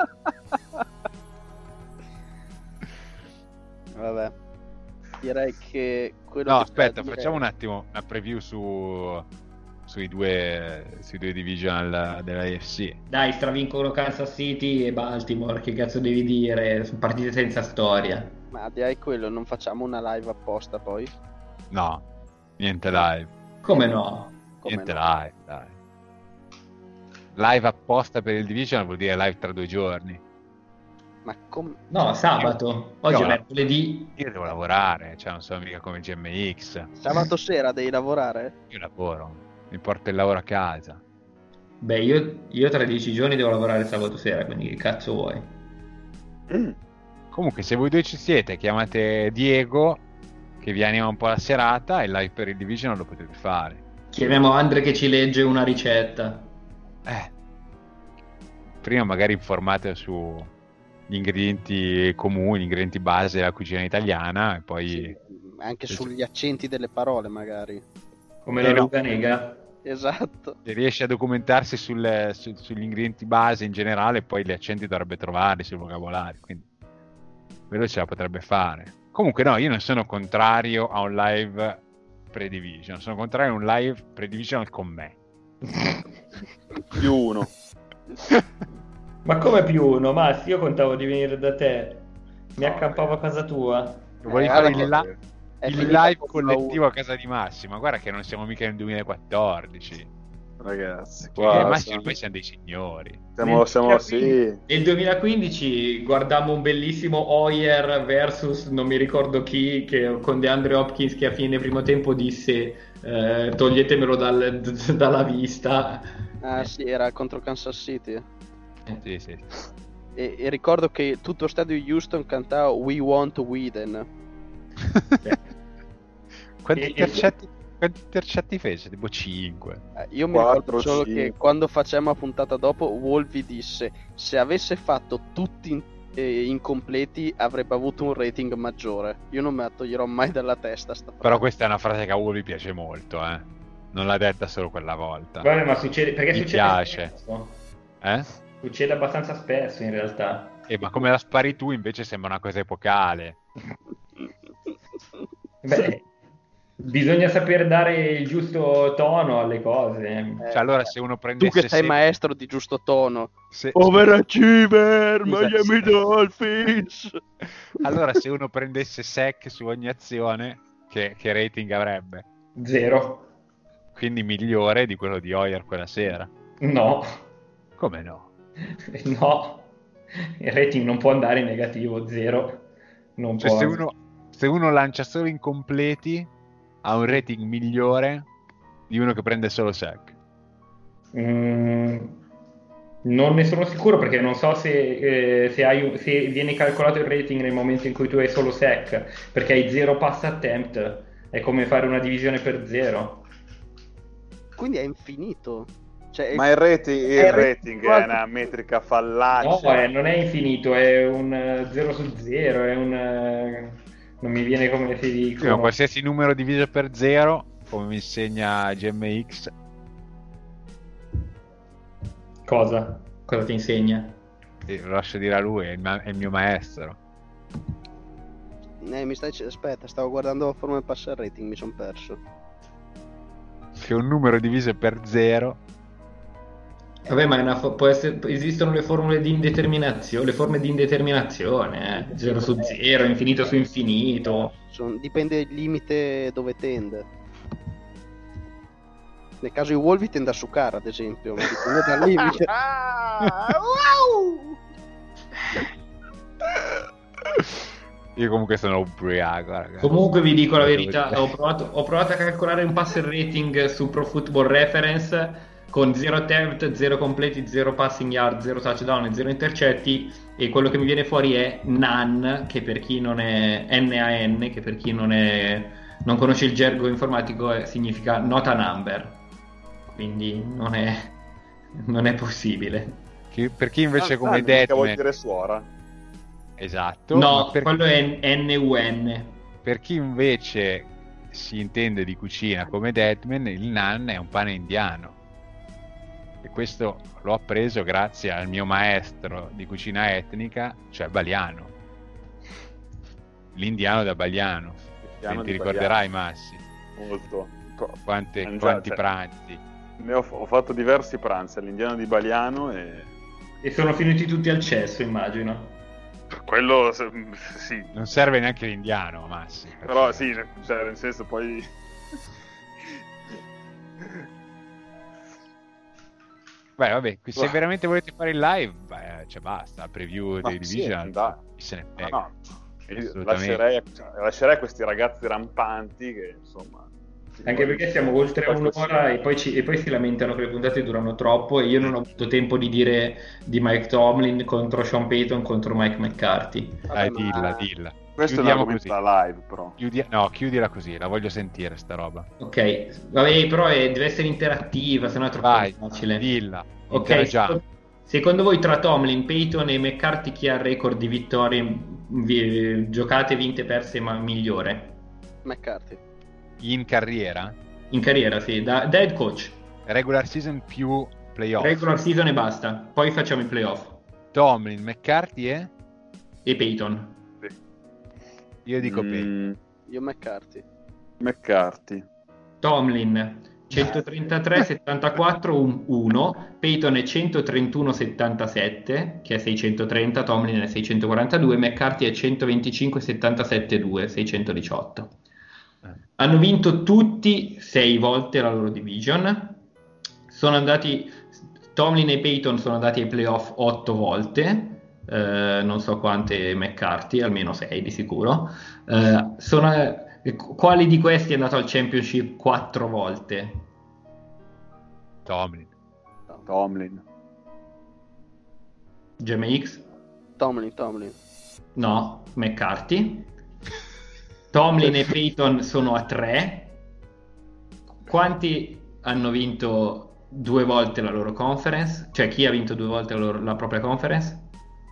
Vabbè. Direi che quello No, che aspetta, c'è da facciamo un dire- attimo una preview sui due divisional della AFC. Dai, stravincono Kansas City e Baltimore, che cazzo devi dire? Sono partite senza storia. Ma direi quello, non facciamo una live apposta poi? No, niente live. Come no? Come Niente no? live, dai. Live apposta per il divisional vuol dire live tra 2 giorni. Ma come... No, sabato. Oggi Io- è mercoledì. Io devo lavorare, cioè non sono mica come GMX. Sabato sera devi lavorare? Io lavoro, mi porto il lavoro a casa. Beh, io tra 10 giorni devo lavorare sabato sera, quindi che cazzo vuoi? Comunque, se voi due ci siete, chiamate Diego, che vi anima un po' la serata, e il live per il divisional lo potete fare. Chiamiamo Andre che ci legge una ricetta. Prima magari informate su gli ingredienti comuni, gli ingredienti base della cucina italiana, e poi... Sì, anche sugli accenti delle parole magari. Come la no. Luca Nega. Esatto. Se riesce a documentarsi sugli ingredienti base in generale, poi gli accenti dovrebbe trovarli sul vocabolario, quindi quello ce la potrebbe fare. Comunque no, io non sono contrario a un live pre-division, sono contrario a un live pre-divisional con me. più uno. Ma come più uno? Massi, io contavo di venire da te. Mi accampavo a casa tua. Volevi fare il finita live Formula collettivo a casa di Massimo. Guarda che non siamo mica nel 2014. Ragazzi, Che qua Massimo noi siamo dei signori. siamo sì. Nel 2015 guardammo un bellissimo Hoyer versus non mi ricordo chi, con DeAndre Hopkins che a fine primo tempo disse toglietemelo dalla vista. Ah sì, era contro Kansas City. Sì. E ricordo che tutto lo stadio di Houston cantava We Want Whedon. Quanti intercetti fece? Tipo 5. Io mi 4, ricordo solo 5. che quando facciamo la puntata dopo, Wolvi disse se avesse fatto tutti incompleti avrebbe avuto un rating maggiore. Io non me la toglierò mai dalla testa sta frase. Però questa è una frase che a Ugo mi piace molto, Non l'ha detta solo quella volta. Vabbè, ma succede perché Mi succede piace. spesso. Succede abbastanza spesso in realtà. Ma come la spari tu invece sembra una cosa epocale. Beh, bisogna saper dare il giusto tono alle cose. Cioè, allora se uno Tu prendesse che sei maestro di giusto tono. Overachiever, Miami Dolphins. Allora se uno prendesse sec su ogni azione, che rating avrebbe? 0. Quindi migliore di quello di Hoyer quella sera. No. Come no? No. Il rating non può andare in negativo, 0. Non Cioè può. se uno lancia solo incompleti ha un rating migliore di uno che prende solo sec. Non ne sono sicuro perché non so se viene calcolato il rating nel momento in cui tu hai solo sec, perché hai 0 pass attempt, è come fare una divisione per 0. Quindi è infinito. Cioè, Ma il rating è una metrica fallaccia. No, non è infinito, è un 0 su 0, è un... non mi viene come si dice. Qualsiasi numero diviso per 0, come mi insegna GMX. Cosa? Cosa ti insegna? Lo lascio dire a lui, è il mio maestro. Aspetta, stavo guardando la formula passer rating, mi sono perso. Che un numero diviso per 0. Vabbè, ma esistono le formule di indeterminazione, le forme di indeterminazione, 0 su 0, infinito su infinito. Dipende il limite dove tende. Nel caso di Wolvi tende a succare, ad esempio, ma dipende dal limite. Io comunque sono ubriaco, ragazzi. Comunque vi dico la verità, ho provato a calcolare un passer rating su Pro Football Reference con 0 attempt, 0 completi, 0 passing yard, 0 touchdown e 0 intercetti, e quello che mi viene fuori è NaN, che per chi non è NaN, che per chi non conosce il gergo informatico significa not a number, quindi non è possibile. Per chi invece come Deadman vuol dire suora. Esatto. No, quello è NUN. Per chi invece si intende di cucina come Deadman, il naan è un pane indiano. E questo l'ho appreso grazie al mio maestro di cucina etnica, cioè Baliano. L'indiano da Baliano. Ti ricorderai, Massi? Molto. Quanti pranzi. Ho fatto diversi pranzi all'indiano di Baliano e sono finiti tutti al cesso, immagino. Quello sì. Non serve neanche l'indiano, Massi. Però sì, cioè, nel senso poi... Beh, vabbè, se veramente volete fare il live, cioè basta, preview dei Division, chi se ne frega. Lascerei questi ragazzi rampanti che, insomma... Anche perché siamo oltre un'ora e poi si lamentano che le puntate durano troppo, e io non ho avuto tempo di dire di Mike Tomlin contro Sean Payton contro Mike McCarthy. Dilla. Questo è un argomento da live, però. Chiudila così, la voglio sentire sta roba. Ok, vabbè, però deve essere interattiva, sennò è troppo facile. Dilla. Ok, secondo voi tra Tomlin, Payton e McCarthy chi ha il record di vittorie giocate, vinte, perse, ma migliore? McCarthy. In carriera? In carriera, sì, da head coach. Regular season più playoff. Regular season e basta, poi facciamo i playoff. Tomlin, McCarthy e Payton. Io dico Payton. Io McCarthy. McCarthy. Tomlin, 133-74-1, Peyton è 131-77, che è 630, Tomlin è 642, McCarthy è 125-77-2, 618. Hanno vinto tutti 6 volte la loro division. Tomlin e Peyton sono andati ai playoff 8 volte, non so quante McCarthy, almeno 6 di sicuro. Quali di questi è andato al championship 4 volte? Tomlin. GMX? Tomlin. No, McCarthy. Tomlin e Peyton sono a 3. Quanti hanno vinto 2 volte la loro conference? Cioè, chi ha vinto 2 volte la propria conference?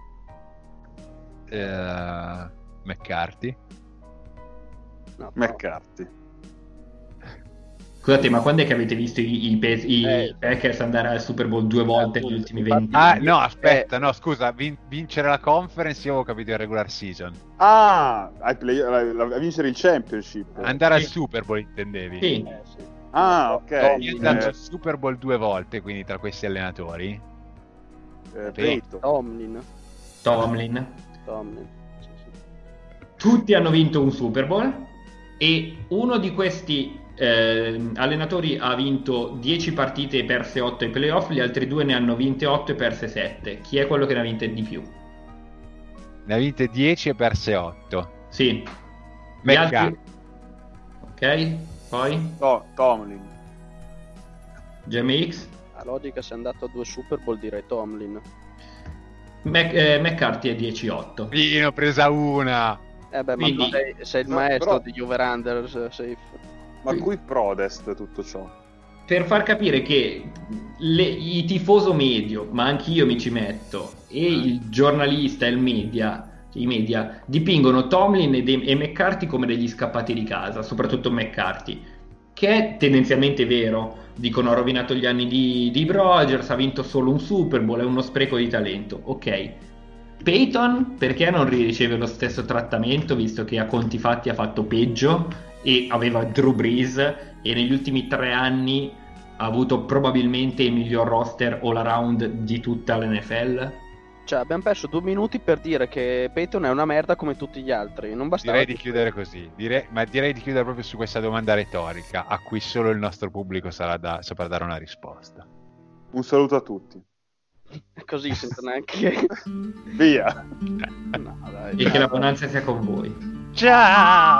McCarthy. No, McCarthy. Scusate, ma quando è che avete visto i Packers andare al Super Bowl 2 volte negli ultimi 20 anni? No, aspetta, no, scusa, vincere la conference io avevo capito il regular season. A vincere il championship. Andare al Super Bowl intendevi? Sì. sì. Ah, ok. Io è andato al Super Bowl 2 volte, quindi tra questi allenatori. Peyton. Tomlin. Sì. Tutti hanno vinto un Super Bowl e uno di questi allenatori ha vinto 10 partite e perse 8 ai playoff, gli altri 2 ne hanno vinte 8 e perse 7. Chi è quello che ne ha vinte di più? Ne ha vinte 10 e perse 8. Sì. Gli McCarthy. altri... Ok, poi? Tomlin. GMX? A logica, se è andato a 2 Super Bowl direi Tomlin. McCarthy è 10-8. Io ne ho presa una. Ma tu sei il maestro degli over-under safe. Ma cui prodest tutto ciò? Per far capire che i tifoso medio, ma anch'io mi ci metto, e il giornalista e i media dipingono Tomlin e McCarthy come degli scappati di casa, soprattutto McCarthy, che è tendenzialmente vero. Dicono ha rovinato gli anni di Rodgers, ha vinto solo un Super Bowl, è uno spreco di talento. Ok. Peyton perché non riceve lo stesso trattamento, visto che a conti fatti ha fatto peggio e aveva Drew Brees e negli ultimi 3 anni ha avuto probabilmente il miglior roster all around di tutta l'NFL? Cioè, abbiamo perso 2 minuti per dire che Peyton è una merda come tutti gli altri. Non bastava. Direi di chiudere così. Direi di chiudere proprio su questa domanda retorica a cui solo il nostro pubblico saprà dare una risposta. Un saluto a tutti. Così senza neanche. Via. No, dai, E che la bonanza sia con voi. Ciao.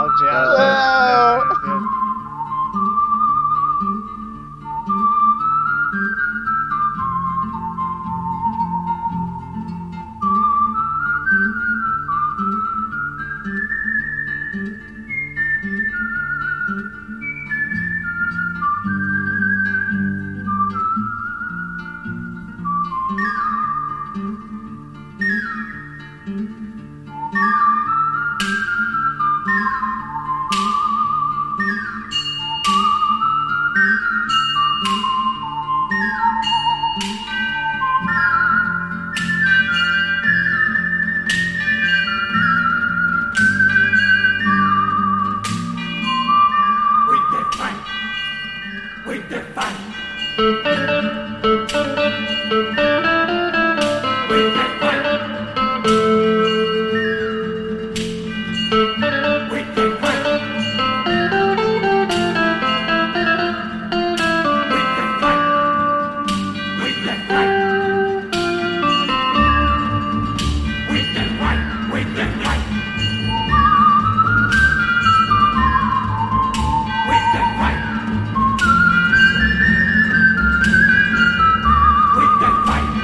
Fight!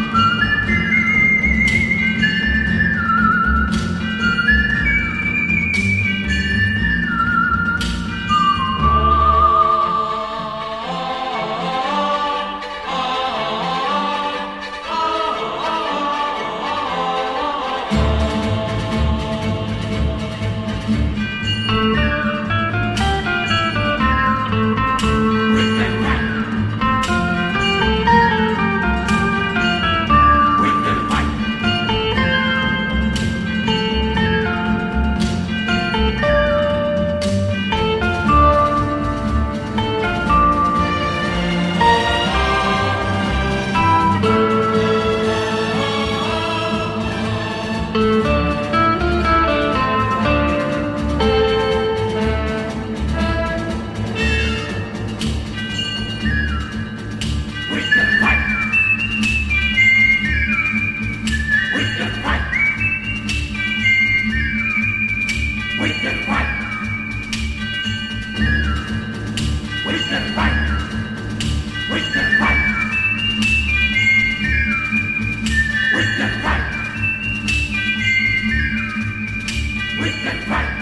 Let's fight.